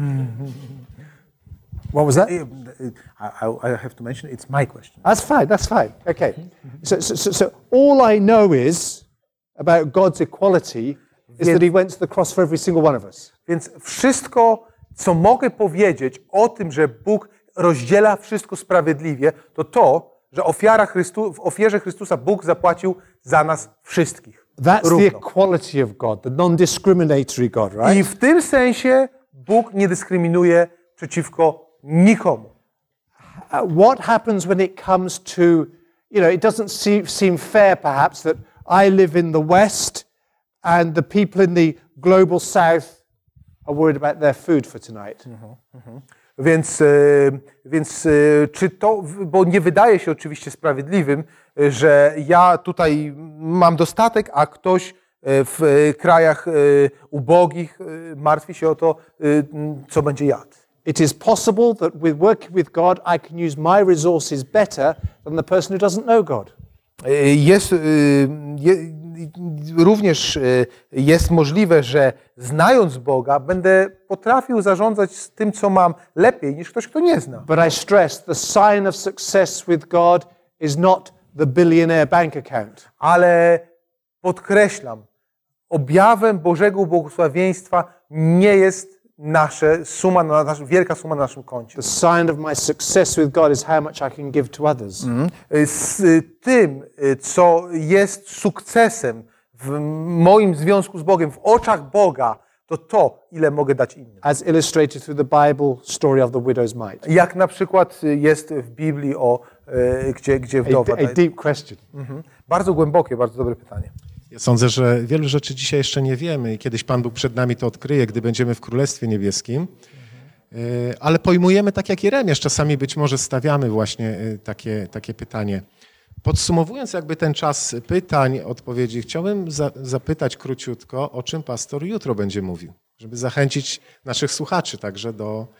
What was that? I have to mention it's my question. That's fine. Okay. So all I know is about God's equality is that He went to the cross for every single one of us. Więc wszystko, co mogę powiedzieć o tym, że Bóg rozdziela wszystko sprawiedliwie, to, że w ofierze Chrystusa Bóg zapłacił za nas wszystkich. That's the równo. equality of God, the non-discriminatory God, right? I w tym sensie Bóg nie dyskryminuje przeciwko nikomu. What happens when it comes to, it doesn't seem fair perhaps that I live in the West and the people in the global South are worried about their food for tonight. Więc czy to, bo nie wydaje się oczywiście sprawiedliwym, że ja tutaj mam dostatek, a ktoś w krajach ubogich martwi się o to, co będzie jadł. It is possible that with working with God, I can use my resources better than the person who doesn't know God. Również jest możliwe, że znając Boga, będę potrafił zarządzać z tym, co mam, lepiej niż ktoś, kto nie zna. But I stress the sign of success with God is not the billionaire bank account. Ale podkreślam, objawem Bożego błogosławieństwa nie jest wielka suma na naszym koncie. The sign of my success with God is how much I can give to others. Z tym, co jest sukcesem w moim związku z Bogiem, w oczach Boga, to, ile mogę dać innym. As illustrated through the Bible story of the widow's mite. Jak na przykład jest w Biblii, gdzie wdowa... A deep question. Bardzo głębokie, bardzo dobre pytanie. Ja sądzę, że wielu rzeczy dzisiaj jeszcze nie wiemy i kiedyś Pan Bóg przed nami to odkryje, gdy będziemy w Królestwie Niebieskim. Ale pojmujemy tak jak Jeremiasz. Czasami być może stawiamy właśnie takie pytanie. Podsumowując jakby ten czas pytań, odpowiedzi, chciałbym zapytać króciutko, o czym pastor jutro będzie mówił, żeby zachęcić naszych słuchaczy także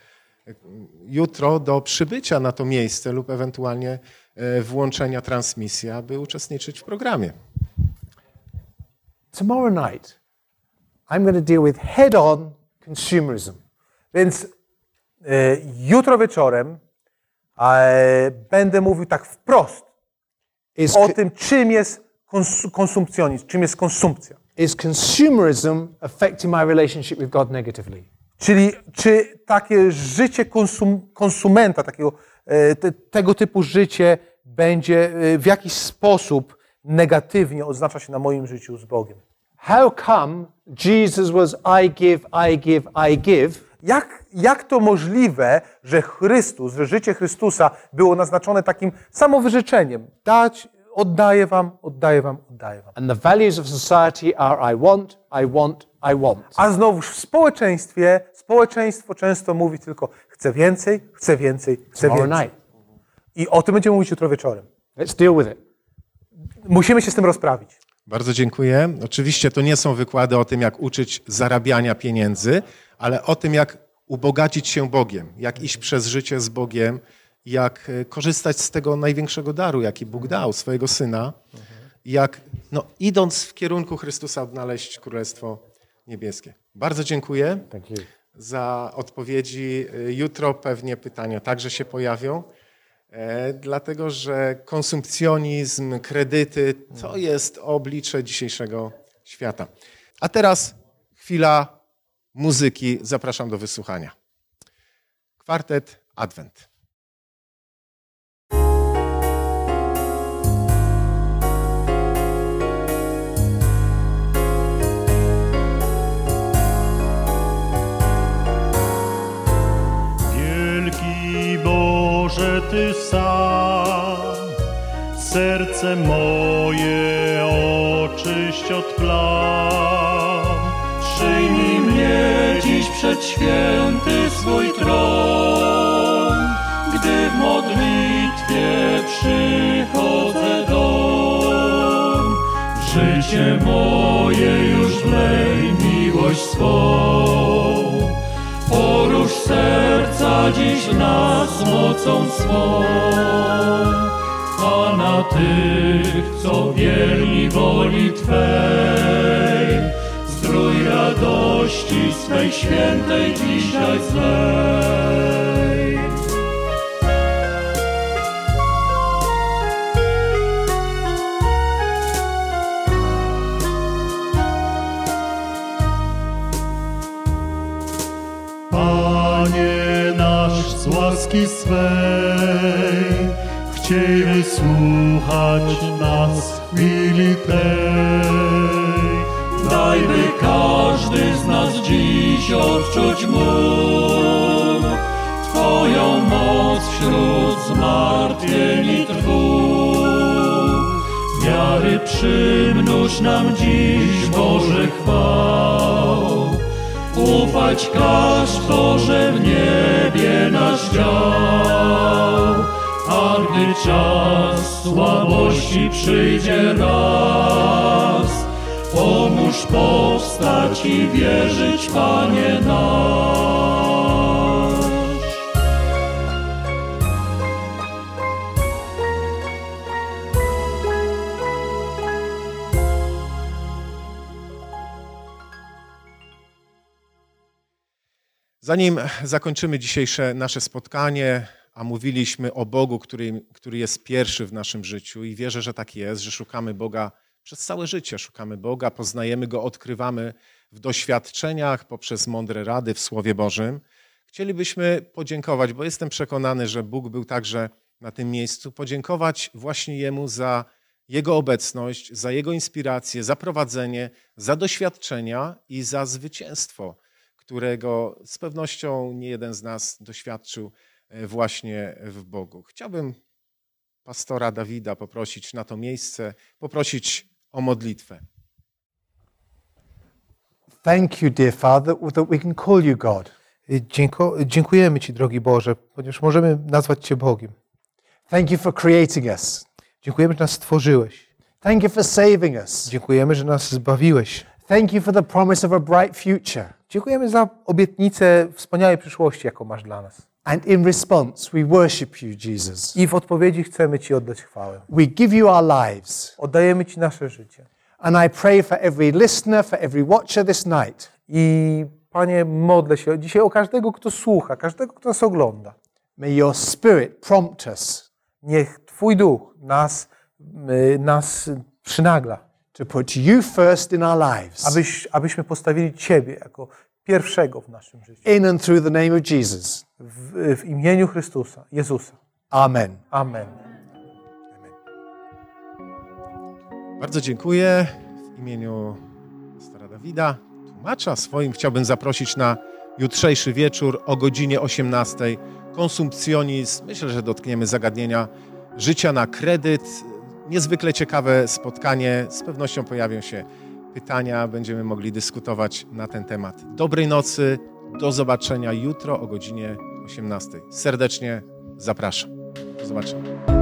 jutro do przybycia na to miejsce lub ewentualnie włączenia transmisji, aby uczestniczyć w programie. Tomorrow night, I'm going to deal with head-on consumerism. Więc jutro wieczorem będę mówił tak wprost o tym, czym jest konsumpcjonizm, czym jest konsumpcja. Is consumerism affecting my relationship with God negatively? Czyli czy takie życie konsumenta, tego typu życie będzie w jakiś sposób negatywnie odznacza się na moim życiu z Bogiem. How come Jesus was I give, I give, I give? Jak to możliwe, że życie Chrystusa było naznaczone takim samowyrzeczeniem? Dać, oddaję wam, oddaję wam, oddaję wam. And the values of society are I want, I want, I want. A znowuż w społeczeństwo często mówi tylko chcę więcej, chcę więcej, chcę Tomorrow więcej. night. I o tym będziemy mówić jutro wieczorem. Let's deal with it. Musimy się z tym rozprawić. Bardzo dziękuję. Oczywiście to nie są wykłady o tym, jak uczyć zarabiania pieniędzy, ale o tym, jak ubogacić się Bogiem, jak iść przez życie z Bogiem, jak korzystać z tego największego daru, jaki Bóg dał, swojego Syna, jak idąc w kierunku Chrystusa odnaleźć Królestwo Niebieskie. Bardzo dziękuję Thank you. za odpowiedzi. Jutro pewnie pytania także się pojawią, dlatego że konsumpcjonizm, kredyty to jest oblicze dzisiejszego świata. A teraz chwila muzyki. Zapraszam do wysłuchania. Kwartet Advent. Wielki Boże, Ty sam, serce moje oczyść od plam. Przyjmij mnie dziś przed święty swój tron, gdy w modlitwie przychodzę dom. W życie moje już wlej miłość swą, porusz serca dziś nas mocą swą, a na tych, co wierni woli Twej, zdrój radości swej świętej dzisiaj zlej. Panie nasz, z łaski swej chciej wysłuchać nas w chwili tej. Daj, by każdy z nas dziś odczuć mógł Twoją moc wśród zmartwień i trwóg. Wiary przymnóż nam dziś, Boże, chwał. Ufać każ to, że w niebie nasz dział. A gdy czas słabości przyjdzie raz, pomóż powstać i wierzyć, Panie nasz. Zanim zakończymy dzisiejsze nasze spotkanie, a mówiliśmy o Bogu, który jest pierwszy w naszym życiu i wierzę, że tak jest, że szukamy Boga przez całe życie. Szukamy Boga, poznajemy Go, odkrywamy w doświadczeniach, poprzez mądre rady w Słowie Bożym. Chcielibyśmy podziękować, bo jestem przekonany, że Bóg był także na tym miejscu, podziękować właśnie Jemu za Jego obecność, za Jego inspirację, za prowadzenie, za doświadczenia i za zwycięstwo, którego z pewnością nie jeden z nas doświadczył właśnie w Bogu. Chciałbym pastora Dawida poprosić na to miejsce, poprosić o modlitwę. Thank you, dear Father, that we can call you God. Dziękujemy Ci, drogi Boże, ponieważ możemy nazwać Cię Bogiem. Thank you for creating us. Dziękujemy, że nas stworzyłeś. Thank you for saving us. Dziękujemy, że nas zbawiłeś. Thank you for the promise of a bright future. Dziękujemy za obietnicę wspaniałej przyszłości, jaką masz dla nas. And in response, we worship you, Jesus. I w odpowiedzi chcemy Ci oddać chwałę. We give you our lives. Oddajemy Ci nasze życie. And I pray for every listener, for every watcher this night. I Panie, modlę się dzisiaj o każdego, kto słucha, każdego, kto nas ogląda. May your spirit prompt us Niech Twój duch nas przynagla, to put you first in our lives. abyśmy postawili Ciebie jako pierwszego w naszym życiu. In and through the name of Jesus. W imieniu Chrystusa, Jezusa. Amen. Amen. Bardzo dziękuję. W imieniu pastora Dawida, tłumacza swoim, chciałbym zaprosić na jutrzejszy wieczór o godzinie 18:00. Konsumpcjonizm. Myślę, że dotkniemy zagadnienia życia na kredyt. niezwykle ciekawe spotkanie. Z pewnością pojawią się pytania, będziemy mogli dyskutować na ten temat. Dobrej nocy, do zobaczenia jutro o godzinie 18. Serdecznie zapraszam. Do zobaczenia.